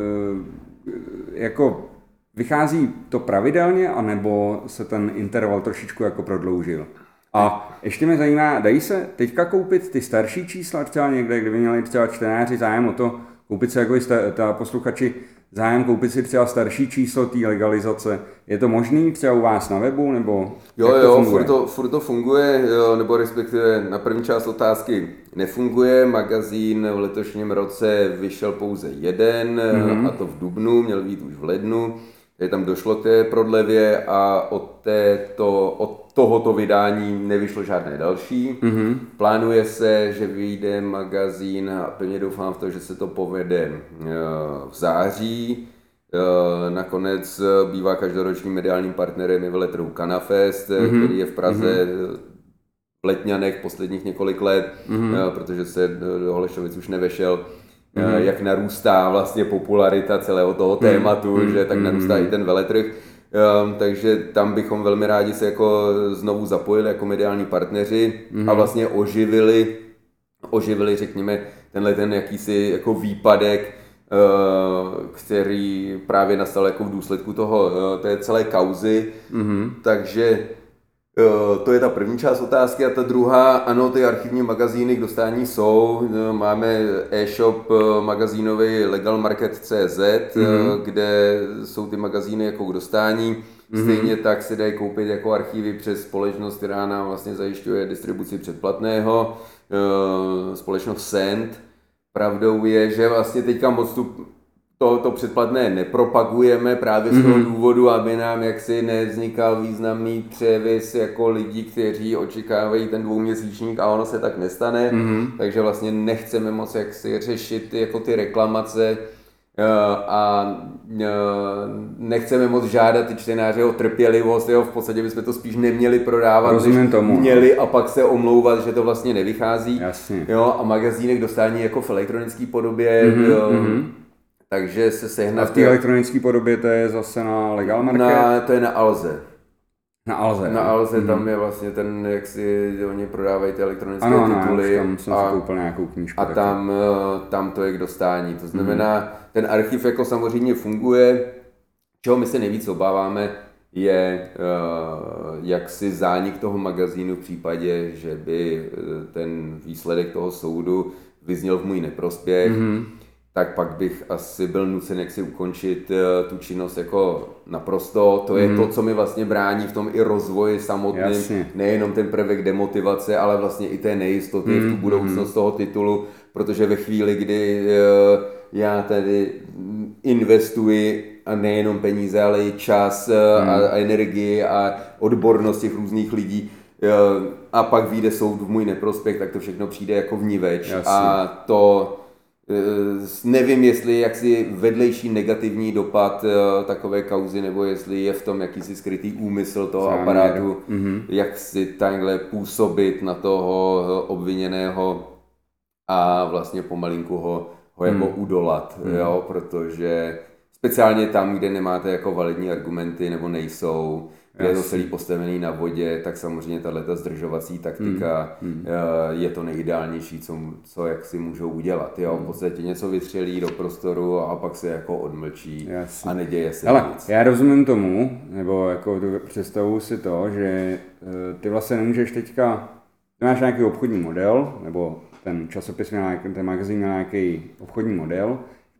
Speaker 1: jako vychází to pravidelně, anebo se ten interval trošičku jako prodloužil. A ještě mě zajímá, dají se teďka koupit ty starší čísla třeba někde, kdyby měli třeba čtenáři zájem o to, koupit si jako i ta posluchači zájem koupit si třeba starší číslo té legalizace. Je to možný třeba u vás na webu, nebo
Speaker 2: jo, jak to jo, funguje? Furt to, furt to funguje, jo, nebo respektive na první část otázky nefunguje. Magazín v letošním roce vyšel pouze jeden, mm-hmm. a to v dubnu, měl být už v lednu. Tady tam došlo k té prodlevě a od, této, od tohoto vydání nevyšlo žádné další. Mm-hmm. Plánuje se, že vyjde magazín a pevně doufám v to, že se to povede v září. Nakonec bývá každoročním mediálním partnerem i veletrhu Canafest, mm-hmm. který je v Praze mm-hmm. v Letňanech posledních několik let, mm-hmm. protože se do Holešovic už nevešel. Mm-hmm. Jak narůstá vlastně popularita celého toho tématu, mm-hmm. že tak narůstá mm-hmm. i ten veletrh. Um, takže tam bychom velmi rádi se jako znovu zapojili jako mediální partneři mm-hmm. a vlastně oživili, oživili, řekněme, tenhle ten jakýsi jako výpadek, uh, který právě nastal jako v důsledku toho, uh, té celé kauzy. Mm-hmm. Takže to je ta první část otázky a ta druhá, ano, ty archivní magazíny k dostání jsou, máme e-shop magazínový legalmarket tečka cé zet, mm-hmm. kde jsou ty magazíny jako k dostání, mm-hmm. stejně tak se dají koupit jako archivy přes společnost, která nám vlastně zajišťuje distribuci předplatného, společnost Send. Pravdou je, že vlastně teďka moc tu To, to předplatné nepropagujeme právě z toho mm-hmm. důvodu, aby nám jaksi nevznikal významný převis jako lidí, kteří očekávají ten dvouměsíčník a ono se tak nestane. Mm-hmm. Takže vlastně nechceme moc jaksi řešit jako ty reklamace a nechceme moc žádat ty čtenáře o trpělivost. Jo? V podstatě bychom to spíš neměli prodávat,
Speaker 1: Rozumím
Speaker 2: když
Speaker 1: tomu.
Speaker 2: měli a pak se omlouvat, že to vlastně nevychází.
Speaker 1: Jasně.
Speaker 2: Jo? A magazínek dostání jako v elektronické podobě.
Speaker 1: Mm-hmm, jo, mm-hmm.
Speaker 2: Takže se sehnat...
Speaker 1: A v té elektronické podobě to je zase na Legal Market?
Speaker 2: Na, to je na Alze.
Speaker 1: Na Alze.
Speaker 2: Na Alze, mm-hmm. tam je vlastně ten, jak si oni prodávají ty elektronické
Speaker 1: ano,
Speaker 2: tituly.
Speaker 1: Ano, tam jsem a, si koupil nějakou knížku.
Speaker 2: A tam, tam to je k dostání. To znamená, mm-hmm. ten archiv jako samozřejmě funguje. Čeho my se nejvíc obáváme, je uh, jaksi zánik toho magazínu v případě, že by ten výsledek toho soudu vyzněl v můj neprospěch. Mm-hmm. Tak pak bych asi byl nucen jaksi ukončit uh, tu činnost jako naprosto. To je mm. to, co mi vlastně brání v tom i rozvoji samotným. Jasně. Nejenom ten prvek demotivace, ale vlastně i té nejistoty mm. v tu budoucnost mm. toho titulu, protože ve chvíli, kdy uh, já tady investuji a nejenom peníze, ale i čas uh, mm. a, a energii a odbornost těch různých lidí, uh, a pak vyjde soud v můj neprospěch, tak to všechno přijde jako vniveč. Jasně. A to nevím, jestli jaksi vedlejší negativní dopad uh, takové kauzy, nebo jestli je v tom jakýsi skrytý úmysl toho Záměr. aparátu, mm-hmm. jak si takhle působit na toho obviněného a vlastně pomalinku ho, ho jako mm. udolat, mm. jo, protože speciálně tam, kde nemáte jako validní argumenty nebo nejsou, kde je to celý postavený na vodě, tak samozřejmě tato zdržovací taktika mm, mm. je to nejideálnější, co, co jak si můžou udělat. Jo? V podstatě něco vytřelí do prostoru a pak se jako odmlčí. Jasně. A neděje se
Speaker 1: Ale
Speaker 2: nic.
Speaker 1: Já rozumím tomu, nebo jako představuji si to, že ty vlastně nemůžeš teďka, ty máš nějaký obchodní model, nebo ten časopis měl, ten magazín měl nějaký obchodní model,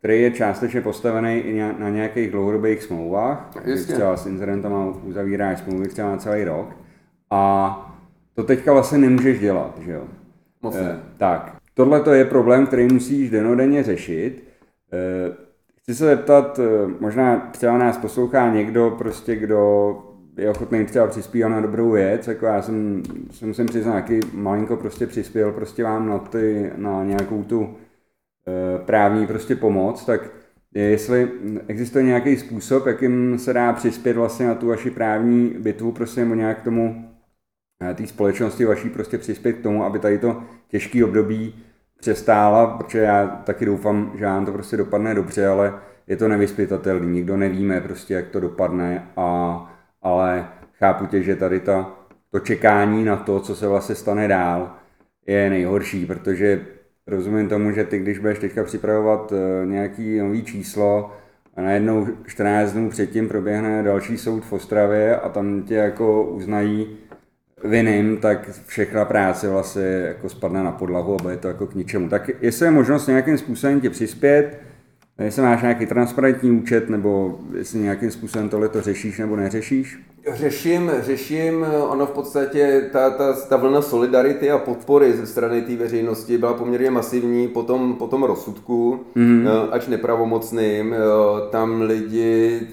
Speaker 1: který je částečně postavený i na nějakých dlouhodobých smlouvách.
Speaker 2: Jistě.
Speaker 1: Třeba s inzerentama uzavíráš smlouvy třeba na celý rok. A to teďka vlastně nemůžeš dělat, že jo?
Speaker 2: Moc
Speaker 1: e, tak, tohle to je problém, který musíš denodenně řešit. E, chci se zeptat, možná třeba nás poslouchá někdo, prostě kdo je ochotný třeba přispívat na dobrou věc, jako já jsem, se musím přiznat, jaký malinko prostě přispěl prostě vám na, ty, na nějakou tu e, právní prostě pomoc, tak jestli existuje nějaký způsob, jakým se dá přispět vlastně na tu vaši právní bitvu, prostě nebo nějak k tomu té společnosti vaší prostě přispět k tomu, aby tady to těžké období přestála, protože já taky doufám, že vám to prostě dopadne dobře, ale je to nevyzpytatelný, nikdo nevíme prostě, jak to dopadne, a, ale chápu tě, že tady ta, to čekání na to, co se vlastně stane dál, je nejhorší, protože rozumím tomu, že ty, když budeš teďka připravovat nějaký nový číslo a najednou čtrnáct dnů předtím proběhne další soud v Ostravě a tam tě jako uznají vinným, tak všechna práce vlastně jako spadne na podlahu a bude to jako k ničemu. Tak jestli je možnost nějakým způsobem tě přispět, jestli máš nějaký transparentní účet, nebo jestli nějakým způsobem tohle to řešíš nebo neřešíš?
Speaker 2: Řeším, řeším, ono v podstatě, ta, ta, ta vlna solidarity a podpory ze strany té veřejnosti byla poměrně masivní po tom, po tom rozsudku, mm-hmm. ač nepravomocným, tam lidi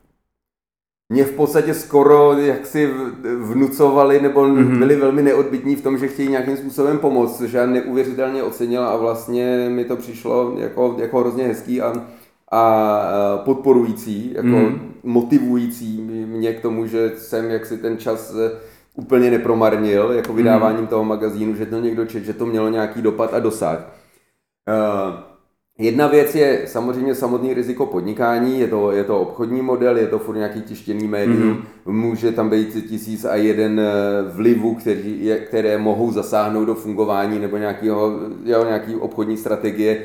Speaker 2: mě v podstatě skoro jaksi vnucovali nebo mm-hmm. byli velmi neodbytní v tom, že chtějí nějakým způsobem pomoct, což já neuvěřitelně ocenila a vlastně mi to přišlo jako, jako hrozně hezký a, a podporující, jako mm-hmm. motivující mě k tomu, že jsem jaksi ten čas úplně nepromarnil, jako vydáváním mm-hmm. toho magazínu, že to někdo čet, že to mělo nějaký dopad a dosah. Uh, Jedna věc je samozřejmě samotný riziko podnikání, je to, je to obchodní model, je to furt nějaký tištěný médium, mm-hmm. může tam být tisíc a jeden vlivů, kteří, které mohou zasáhnout do fungování nebo nějakého, jo, nějaký obchodní strategie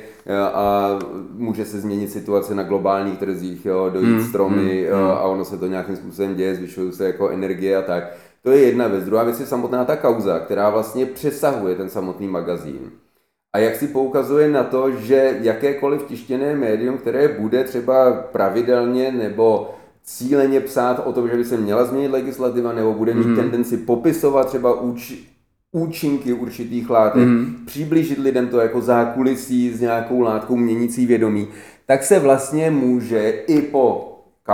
Speaker 2: a může se změnit situace na globálních trzích, jo, dojít mm-hmm. stromy jo, a ono se to nějakým způsobem děje, zvyšují se jako energie a tak. To je jedna věc. Druhá věc je samotná ta kauza, která vlastně přesahuje ten samotný magazín. A jak si poukazuje na to, že jakékoliv tištěné médium, které bude třeba pravidelně nebo cíleně psát o tom, že by se měla změnit legislativa, nebo bude mít mm. tendenci popisovat třeba úč, účinky určitých látek, mm. přiblížit lidem to jako zákulisí s nějakou látkou měnící vědomí, tak se vlastně může i po,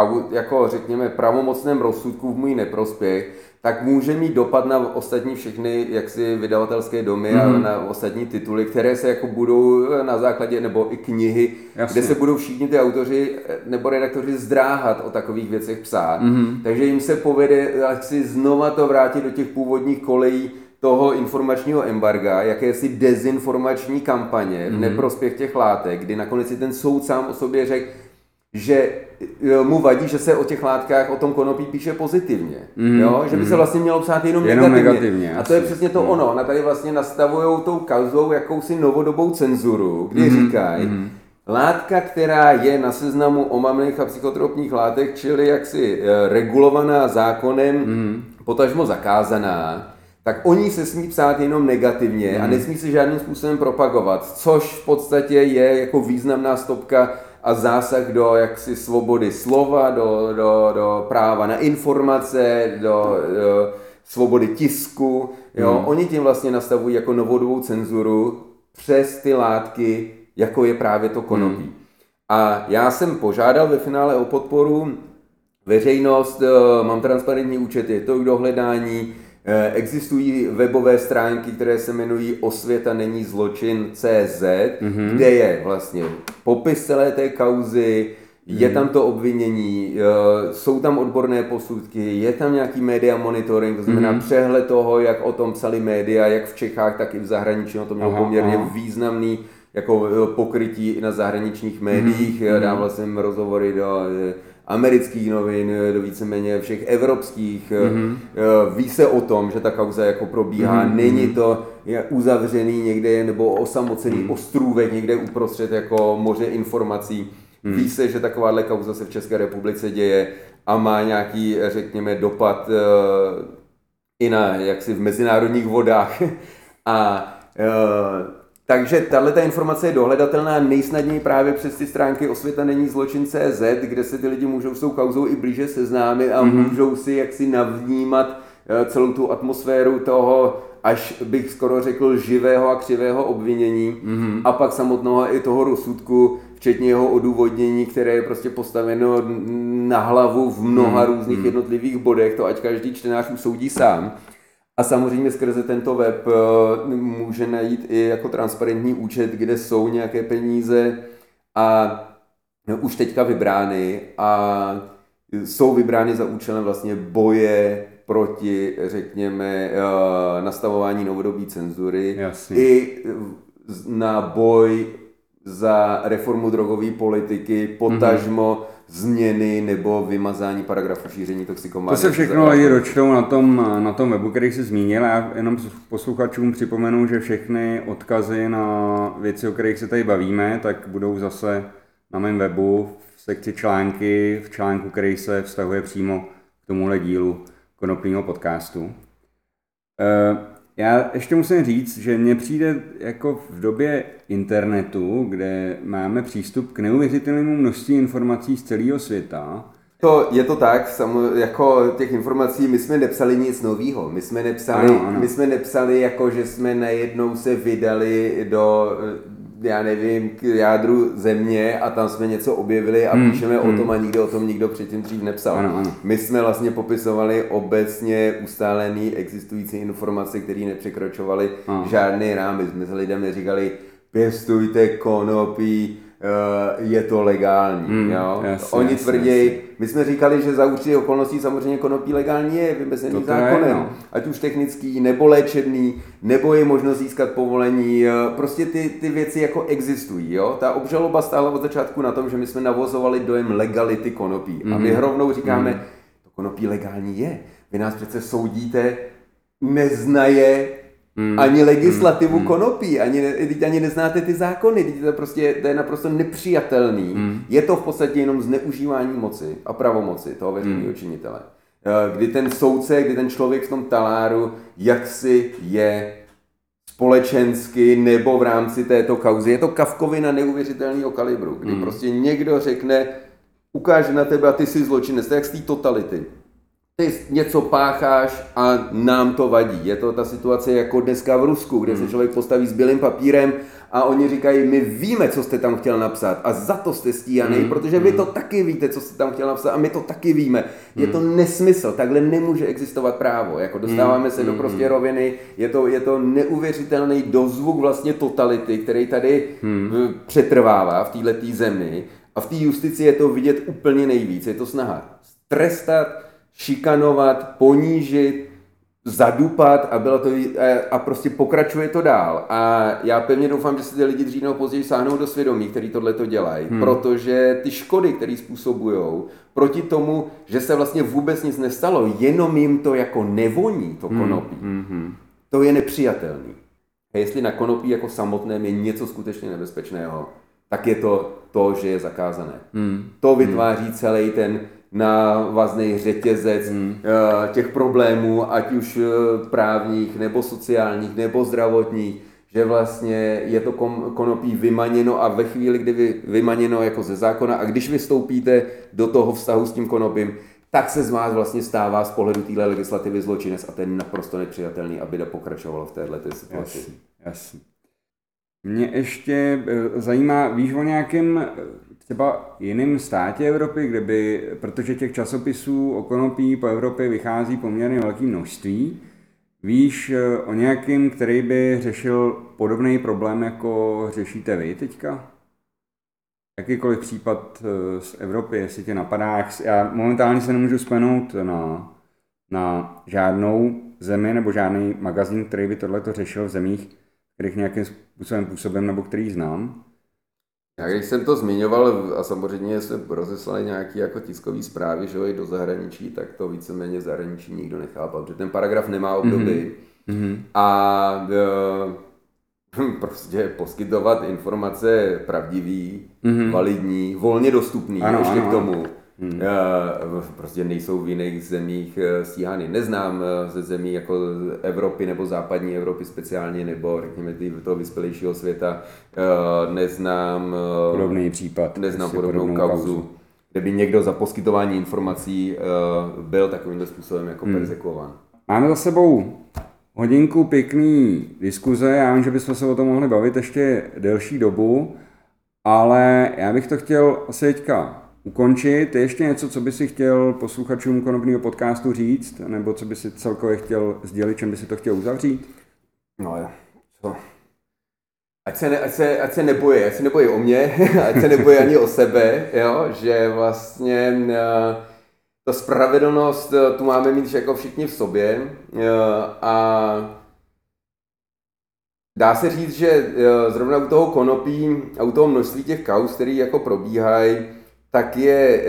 Speaker 2: jako řekněme, pravomocném rozsudku v můj neprospěch, tak může mít dopad na ostatní všechny jaksi vydavatelské domy mm. a na ostatní tituly, které se jako budou na základě, nebo i knihy, Jasně. kde se budou všichni ty autoři nebo redaktoři zdráhat o takových věcech psát. Mm. Takže jim se povede jaksi znova to vrátit do těch původních kolejí toho informačního embarga, jakési dezinformační kampaně mm. v neprospěch těch látek, kdy nakonec si ten soud sám o sobě řekl, že mu vadí, že se o těch látkách, o tom konopí píše pozitivně, mm, jo? Že by mm. se vlastně mělo psát jenom, jenom negativně. negativně. A to je přesně to mm. ono. Ona tady vlastně nastavujou tou kauzou jakousi novodobou cenzuru, kdy mm. říkají, mm. látka, která je na seznamu omamných a psychotropních látek, čili jaksi regulovaná zákonem, mm. potažmo zakázaná, tak o ní se smí psát jenom negativně mm. a nesmí se žádným způsobem propagovat, což v podstatě je jako významná stopka a zásah do jaksi svobody slova, do, do, do práva na informace, do, do svobody tisku. Jo? Hmm. Oni tím vlastně nastavují jako novodobou cenzuru přes ty látky, jako je právě to konopí. Hmm. A já jsem požádal ve finále o podporu veřejnost, mám transparentní účet, je to k dohledání. Existují webové stránky, které se jmenují osvěta není zločin tečka cé zet, mm-hmm. kde je vlastně popis celé té kauzy, je mm-hmm. tam to obvinění, jsou tam odborné posudky, je tam nějaký media monitoring, to znamená mm-hmm. přehled toho, jak o tom psali média, jak v Čechách, tak i v zahraničí, no to mělo aha, poměrně aha. významný jako pokrytí i na zahraničních médiích, mm-hmm. dával jsem rozhovory do amerických novin, do víceméně všech evropských. Mm-hmm. Ví se o tom, že ta kauza jako probíhá, mm-hmm. není to uzavřený někde nebo osamocený mm-hmm. ostrůvek někde uprostřed jako moře informací. Mm-hmm. Ví se, že takováhle kauza se v České republice děje a má nějaký, řekněme, dopad uh, i na jaksi v mezinárodních vodách. A uh, Takže tahle informace je dohledatelná nejsnadněji právě přes ty stránky osvěta není zločin tečka cé zet, kde se ty lidi můžou s tou kauzou i blíže seznámit a mm-hmm. můžou si jaksi navnímat celou tu atmosféru toho, až bych skoro řekl, živého a křivého obvinění mm-hmm. a pak samotného i toho rozsudku, včetně jeho odůvodnění, které je prostě postaveno na hlavu v mnoha mm-hmm. různých jednotlivých bodech, to ať každý čtenář usoudí sám. A samozřejmě skrze tento web může najít i jako transparentní účet, kde jsou nějaké peníze a už teďka vybrány a jsou vybrány za účelem vlastně boje proti, řekněme, nastavování novodobí cenzury.
Speaker 1: Jasně.
Speaker 2: I na boj za reformu drogové politiky, potažmo mm-hmm. změny nebo vymazání paragrafu šíření toxikomanie.
Speaker 1: To se všechno lidi dočtou na tom, na tom webu, který jsi zmínil. Já jenom posluchačům připomenu, že všechny odkazy na věci, o kterých se tady bavíme, tak budou zase na mém webu v sekci články, v článku, který se vztahuje přímo k tomuhle dílu konopního podcastu. Já ještě musím říct, že mně přijde jako v době internetu, kde máme přístup k neuvěřitelnému množství informací z celého světa.
Speaker 2: To, je to tak, samo, jako těch informací, my jsme nepsali nic nového, my jsme nepsali, ano, ano. my jsme nepsali jako, že jsme najednou se vydali do, já nevím, k jádru země a tam jsme něco objevili a hmm, píšeme hmm. o tom a nikdo o tom nikdo předtím dřív nepsal.
Speaker 1: Ano, ano.
Speaker 2: My jsme vlastně popisovali obecně ustálený existující informace, které nepřekračovaly žádný rámec. My se lidem neříkali, pěstujte konopí, je to legální. Mm, jo? Jasně, Oni tvrdí, my jsme říkali, že za určitých okolností samozřejmě konopí legální je vymezený zákonem. Je, no. Ať už technický, nebo léčebný, nebo je možno získat povolení. Prostě ty, ty věci jako existují. Jo? Ta obžaloba stála od začátku na tom, že my jsme navozovali dojem legality konopí. Mm. A my rovnou říkáme, mm. to konopí legální je. Vy nás přece soudíte, neznaje Hmm. ani legislativu hmm. konopí, ani, ani neznáte ty zákony, to je, prostě, to je naprosto nepřijatelný. Hmm. Je to v podstatě jenom zneužívání moci a pravomoci toho veřejného hmm. činitele. Kdy ten soudce, kdy ten člověk v tom taláru jaksi je společensky nebo v rámci této kauzy. Je to Kafkovina neuvěřitelného kalibru, kdy hmm. prostě někdo řekne, ukáže na tebe a ty jsi zločinec, to je jak z té totality. Ty něco pácháš a nám to vadí. Je to ta situace jako dneska v Rusku, kde se člověk postaví s bílým papírem a oni říkají, my víme, co jste tam chtěl napsat a za to jste stíhaný, mm. protože vy to taky víte, co jste tam chtěl napsat a my to taky víme. Mm. Je to nesmysl, takhle nemůže existovat právo. Jako dostáváme se mm. do prostě roviny, je to, je to neuvěřitelný dozvuk vlastně totality, který tady mm. přetrvává v této zemi a v té justici je to vidět úplně nejvíc. Je to snaha trestat, šikanovat, ponížit, zadupat a, bylo to, a prostě pokračuje to dál. A já pevně doufám, že se ty lidi dřív nebo později sáhnou do svědomí, který tohle to dělají, hmm. protože ty škody, které způsobujou, proti tomu, že se vlastně vůbec nic nestalo, jenom jim to jako nevoní, to konopí, hmm. Hmm. to je nepřijatelný. A jestli na konopí jako samotném je něco skutečně nebezpečného, tak je to to, že je zakázané. Hmm. To vytváří celý ten návazný řetězec hmm. těch problémů, ať už právních, nebo sociálních, nebo zdravotních, že vlastně je to konopí vymaněno a ve chvíli, kdy vy vymaněno jako ze zákona a když vystoupíte do toho vztahu s tím konopím, tak se z vás vlastně stává z pohledu téhle legislativy zločinec a to je naprosto nepřijatelný, aby to pokračovalo v této situaci.
Speaker 1: Jasně, jasně. Mě ještě zajímá, víš o nějakém třeba jiném státě Evropy, kde by, protože těch časopisů o konopí po Evropě vychází poměrně velké množství, víš o nějakém, který by řešil podobný problém, jako řešíte vy teďka? Jakýkoliv případ z Evropy, jestli tě napadá. Já momentálně se nemůžu vzpomenout na, na žádnou zemi nebo žádný magazín, který by tohleto řešil v zemích, kterých nějakým způsobem působem nebo který znám.
Speaker 2: Já když jsem to zmiňoval a samozřejmě se rozeslali nějaké jako tiskové zprávy, že jo, i do zahraničí, tak to víceméně v zahraničí nikdo nechápal, protože ten paragraf nemá obdoby mm-hmm. a e, prostě poskytovat informace pravdivý, mm-hmm. validní, volně dostupný, ano, ještě ano. k tomu, Hmm. Prostě nejsou v jiných zemích stíhány. Neznám ze zemí jako Evropy nebo západní Evropy speciálně, nebo řekněme toho vyspělejšího světa, neznám
Speaker 1: podobný případ,
Speaker 2: neznám podobnou kauzu, kauzu, kde by někdo za poskytování informací byl takovýmhle způsobem jako hmm. perzekvován.
Speaker 1: Máme za sebou hodinku pěkný diskuze, já vím, že bychom se o tom mohli bavit ještě delší dobu, ale já bych to chtěl asi teďka ukončit. Je ještě něco, co by si chtěl posluchačům Konopného podcastu říct, nebo co by si celkově chtěl sdělit, čem by si to chtěl uzavřít?
Speaker 2: No jo, co? Ať se, ne, ať, se, ať se nebojí, ať se nebojí o mě, ať se nebojí ani o sebe, jo? Že vlastně ta spravedlnost tu máme mít jako všichni v sobě a dá se říct, že zrovna u toho konopí a u toho množství těch kauz, které jako probíhají, tak je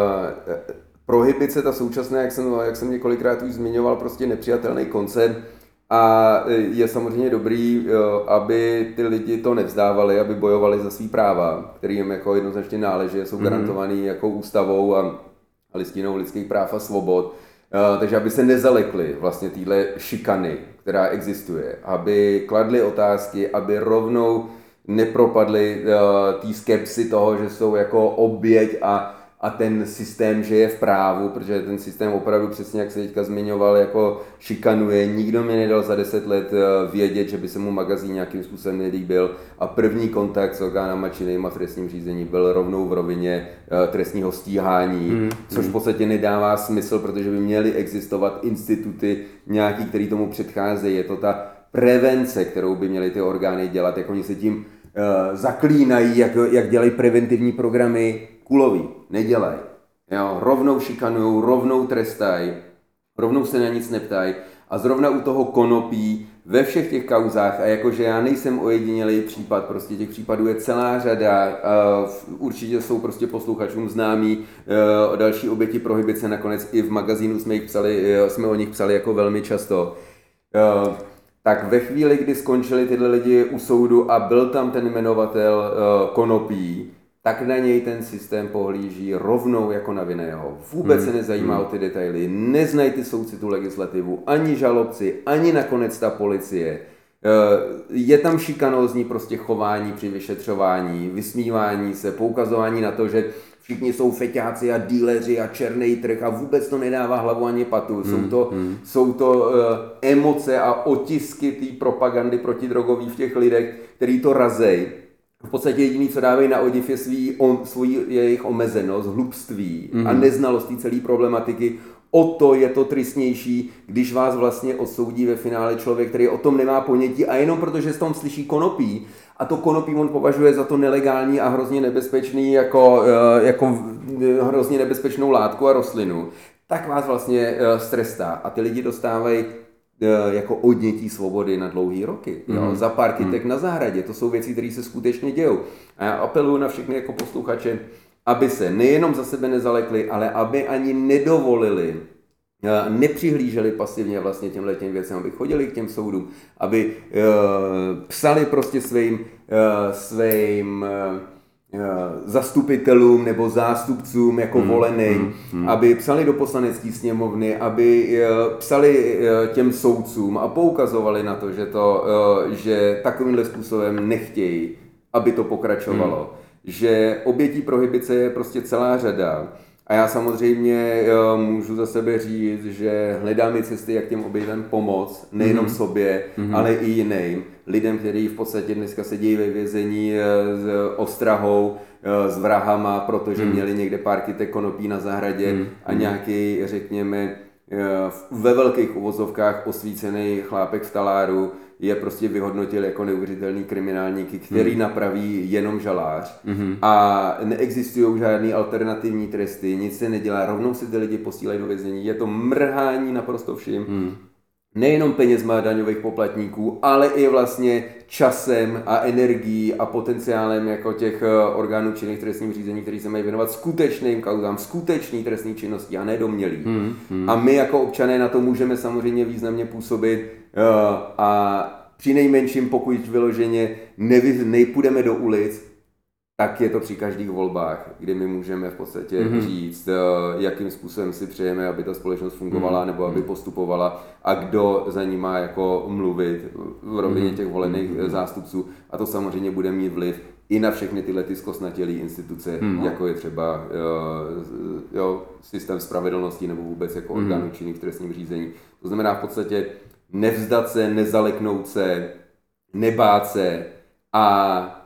Speaker 2: prohibice, ta současná, jak jsem, jak jsem několikrát už zmiňoval, prostě nepřijatelný koncept a je samozřejmě dobrý, aby ty lidi to nevzdávali, aby bojovali za svý práva, které jim jako jednoznačně náleží, jsou garantovaný mm. jako ústavou a listinou lidských práv a svobod. Uh, takže aby se nezalekli vlastně téhle šikany, která existuje, aby kladli otázky, aby rovnou nepropadli uh, té skepsy toho, že jsou jako oběť a, a ten systém, že je v právu, protože ten systém opravdu přesně, jak se teďka zmiňoval, jako šikanuje. Nikdo mi nedal za deset let uh, vědět, že by se mu magazín nějakým způsobem nelíbil a první kontakt s orgánama činnýma v trestním řízení byl rovnou v rovině uh, trestního stíhání, mm, což v podstatě nedává smysl, protože by měly existovat instituty nějaký, který tomu předcházejí. Je to ta prevence, kterou by měly ty orgány dělat, jak oni se tím uh, zaklínají, jak, jak dělají preventivní programy. Kulový, nedělají. Jo, rovnou šikanujou, rovnou trestají, rovnou se na nic neptají a zrovna u toho konopí ve všech těch kauzách, a jakože já nejsem ojedinělý případ, prostě těch případů je celá řada, uh, určitě jsou prostě posluchačům známí, uh, další oběti prohibice, nakonec i v magazínu jsme, jich psali, uh, jsme o nich psali jako velmi často. Uh, tak ve chvíli, kdy skončili tyhle lidi u soudu a byl tam ten jmenovatel uh, konopí, tak na něj ten systém pohlíží rovnou jako na vinného. Vůbec hmm. se nezajímá hmm. o ty detaily, neznají ty soudci tu legislativu, ani žalobci, ani nakonec ta policie. Je tam šikanózní prostě chování při vyšetřování, vysmívání se, poukazování na to, že všichni jsou feťáci a díleři a černý trh a vůbec to nedává hlavu ani patu. Hmm. Jsou to, hmm. jsou to uh, emoce a otisky té propagandy protidrogové v těch lidech, který to razej. V podstatě jediný, co dávají na odiv, je svý, on, svůj jejich omezenost, hlubství mm-hmm. a neznalost té celé problematiky. O to je to tristnější, když vás vlastně odsoudí ve finále člověk, který o tom nemá ponětí a jenom protože z tom slyší konopí a to konopí on považuje za to nelegální a hrozně nebezpečný jako, jako hrozně nebezpečnou látku a rostlinu, tak vás vlastně strestá a ty lidi dostávají jako odnětí svobody na dlouhý roky, jo? Mm. za pár kytek mm. na zahradě. To jsou věci, které se skutečně dějou. A já apeluju na všechny jako posluchače, aby se nejenom za sebe nezalekli, ale aby ani nedovolili, nepřihlíželi pasivně vlastně těmhle těm věcem, aby chodili k těm soudům, aby uh, psali prostě svým, uh, svým uh, zastupitelům nebo zástupcům jako mm, voleným, mm, mm. aby psali do poslanecké sněmovny, aby psali těm soudcům a poukazovali na to, že, to, že takovýmhle způsobem nechtějí, aby to pokračovalo. Mm. Že obětí prohibice je prostě celá řada. A já samozřejmě můžu za sebe říct, že hledám i cesty, jak těm obětem pomoct, nejenom mm. sobě, mm. ale i jiným. Lidem, kteří v podstatě dneska sedí ve vězení s ostrahou, s vrahama, protože mm. měli někde pár kytek konopí na zahradě mm. a nějaký, řekněme, ve velkých uvozovkách osvícený chlápek v taláru je prostě vyhodnotil jako neuvěřitelný kriminálníky, který hmm. napraví jenom žalář hmm. a neexistují žádný alternativní tresty, nic se nedělá, rovnou si ty lidi posílají do vězení, je to mrhání naprosto vším. Hmm. Nejenom penězma daňových poplatníků, ale i vlastně časem a energií a potenciálem jako těch orgánů činných trestním řízení, který se mají věnovat skutečným kauzám, skutečný trestní činnosti a ne domnělý. Hmm, hmm. A my jako občané na to můžeme samozřejmě významně působit a při nejmenším, pokud vyloženě nevy, nejpůjdeme do ulic, tak je to při každých volbách, kdy my můžeme v podstatě mm-hmm. říct, jakým způsobem si přejeme, aby ta společnost fungovala mm-hmm. nebo aby postupovala a kdo za ní má jako mluvit v rovině těch volených mm-hmm. zástupců. A to samozřejmě bude mít vliv i na všechny tyhle ty zkostnatělé instituce, mm-hmm. jako je třeba jo, systém spravedlnosti nebo vůbec jako mm-hmm. orgánů činných v trestním řízení. To znamená v podstatě nevzdat se, nezaleknout se, nebát se a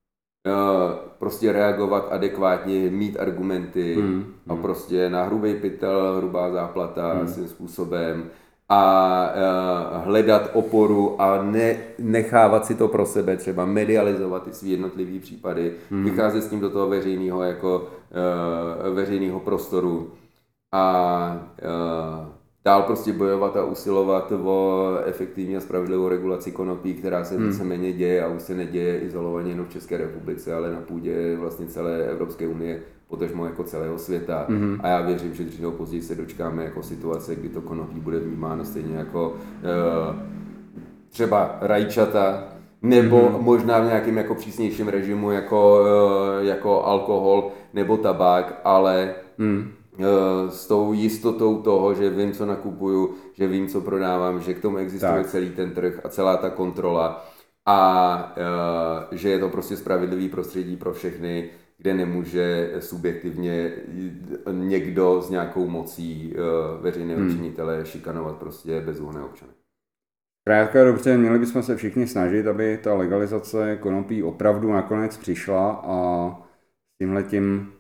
Speaker 2: prostě reagovat adekvátně, mít argumenty mm, a mm. prostě na hrubý pytel, hrubá záplata mm. svým způsobem a uh, hledat oporu a ne, nechávat si to pro sebe, třeba medializovat ty svý jednotlivý případy, mm. vycházet s tím do toho veřejného jako uh, veřejného prostoru a uh, dál prostě bojovat a usilovat o efektivní a spravedlivou regulaci konopí, která se hmm. víceméně děje a už se neděje izolovaně jenom v České republice, ale na půdě vlastně celé Evropské unie, potažmo jako celého světa. Hmm. A já věřím, že dřív nebo později se dočkáme jako situace, kdy to konopí bude vnímáno stejně jako uh, třeba rajčata, nebo hmm. možná v nějakém jako přísnějším režimu jako, uh, jako alkohol nebo tabák, ale hmm. s tou jistotou toho, že vím, co nakupuju, že vím, co prodávám, že k tomu existuje tak. celý ten trh a celá ta kontrola a uh, že je to prostě spravedlivý prostředí pro všechny, kde nemůže subjektivně někdo s nějakou mocí uh, veřejného hmm. činitele šikanovat prostě bezúhonné občany.
Speaker 1: Zkrátka dobře, měli bychom se všichni snažit, aby ta legalizace konopí opravdu nakonec přišla a s tímhletím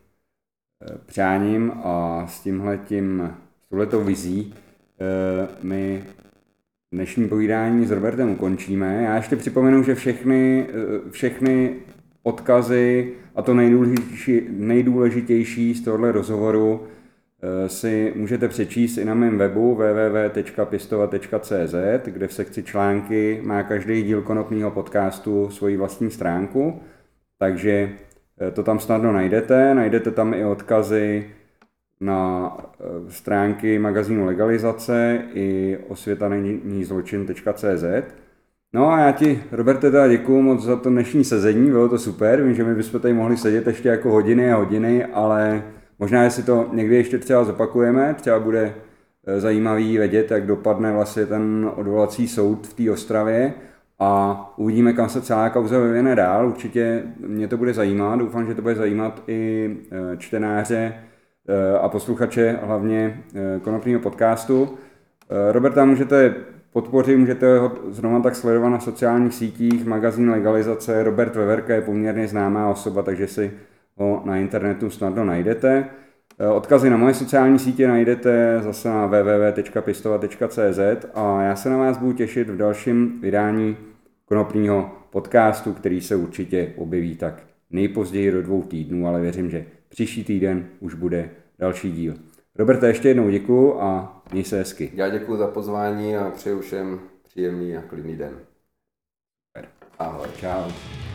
Speaker 1: přáním a s tímhletím, s touhletou vizí my dnešní povídání s Robertem ukončíme. Já ještě připomenu, že všechny, všechny odkazy a to nejdůležitější, nejdůležitější z tohoto rozhovoru si můžete přečíst i na mém webu w w w tečka pěstovat tečka c z, kde v sekci články má každý díl konopního podcastu svoji vlastní stránku, takže to tam snadno najdete, najdete tam i odkazy na stránky magazínu Legalizace i osvěta není zločin tečka c z. No a já ti, Roberte, teda děkuju moc za to dnešní sezení, bylo to super, vím, že my bychom tady mohli sedět ještě jako hodiny a hodiny, ale možná, jestli to někdy ještě třeba zopakujeme, třeba bude zajímavý vědět, jak dopadne vlastně ten odvolací soud v té Ostravě a uvidíme, kam se celá kauza vyvine dál, určitě mě to bude zajímat, doufám, že to bude zajímat i čtenáře a posluchače hlavně konopního podcastu. Roberta můžete podpořit, můžete ho zrovna tak sledovat na sociálních sítích, magazín Legalizace, Robert Veverka je poměrně známá osoba, takže si ho na internetu snadno najdete. Odkazy na moje sociální sítě najdete zase na w w w tečka pěstovat tečka c z a já se na vás budu těšit v dalším vydání konopního podcastu, který se určitě objeví tak nejpozději do dvou týdnů, ale věřím, že příští týden už bude další díl. Roberte, ještě jednou děkuju a měj se hezky.
Speaker 2: Já děkuji za pozvání a přeju všem příjemný a klidný den.
Speaker 1: Ahoj. Čau.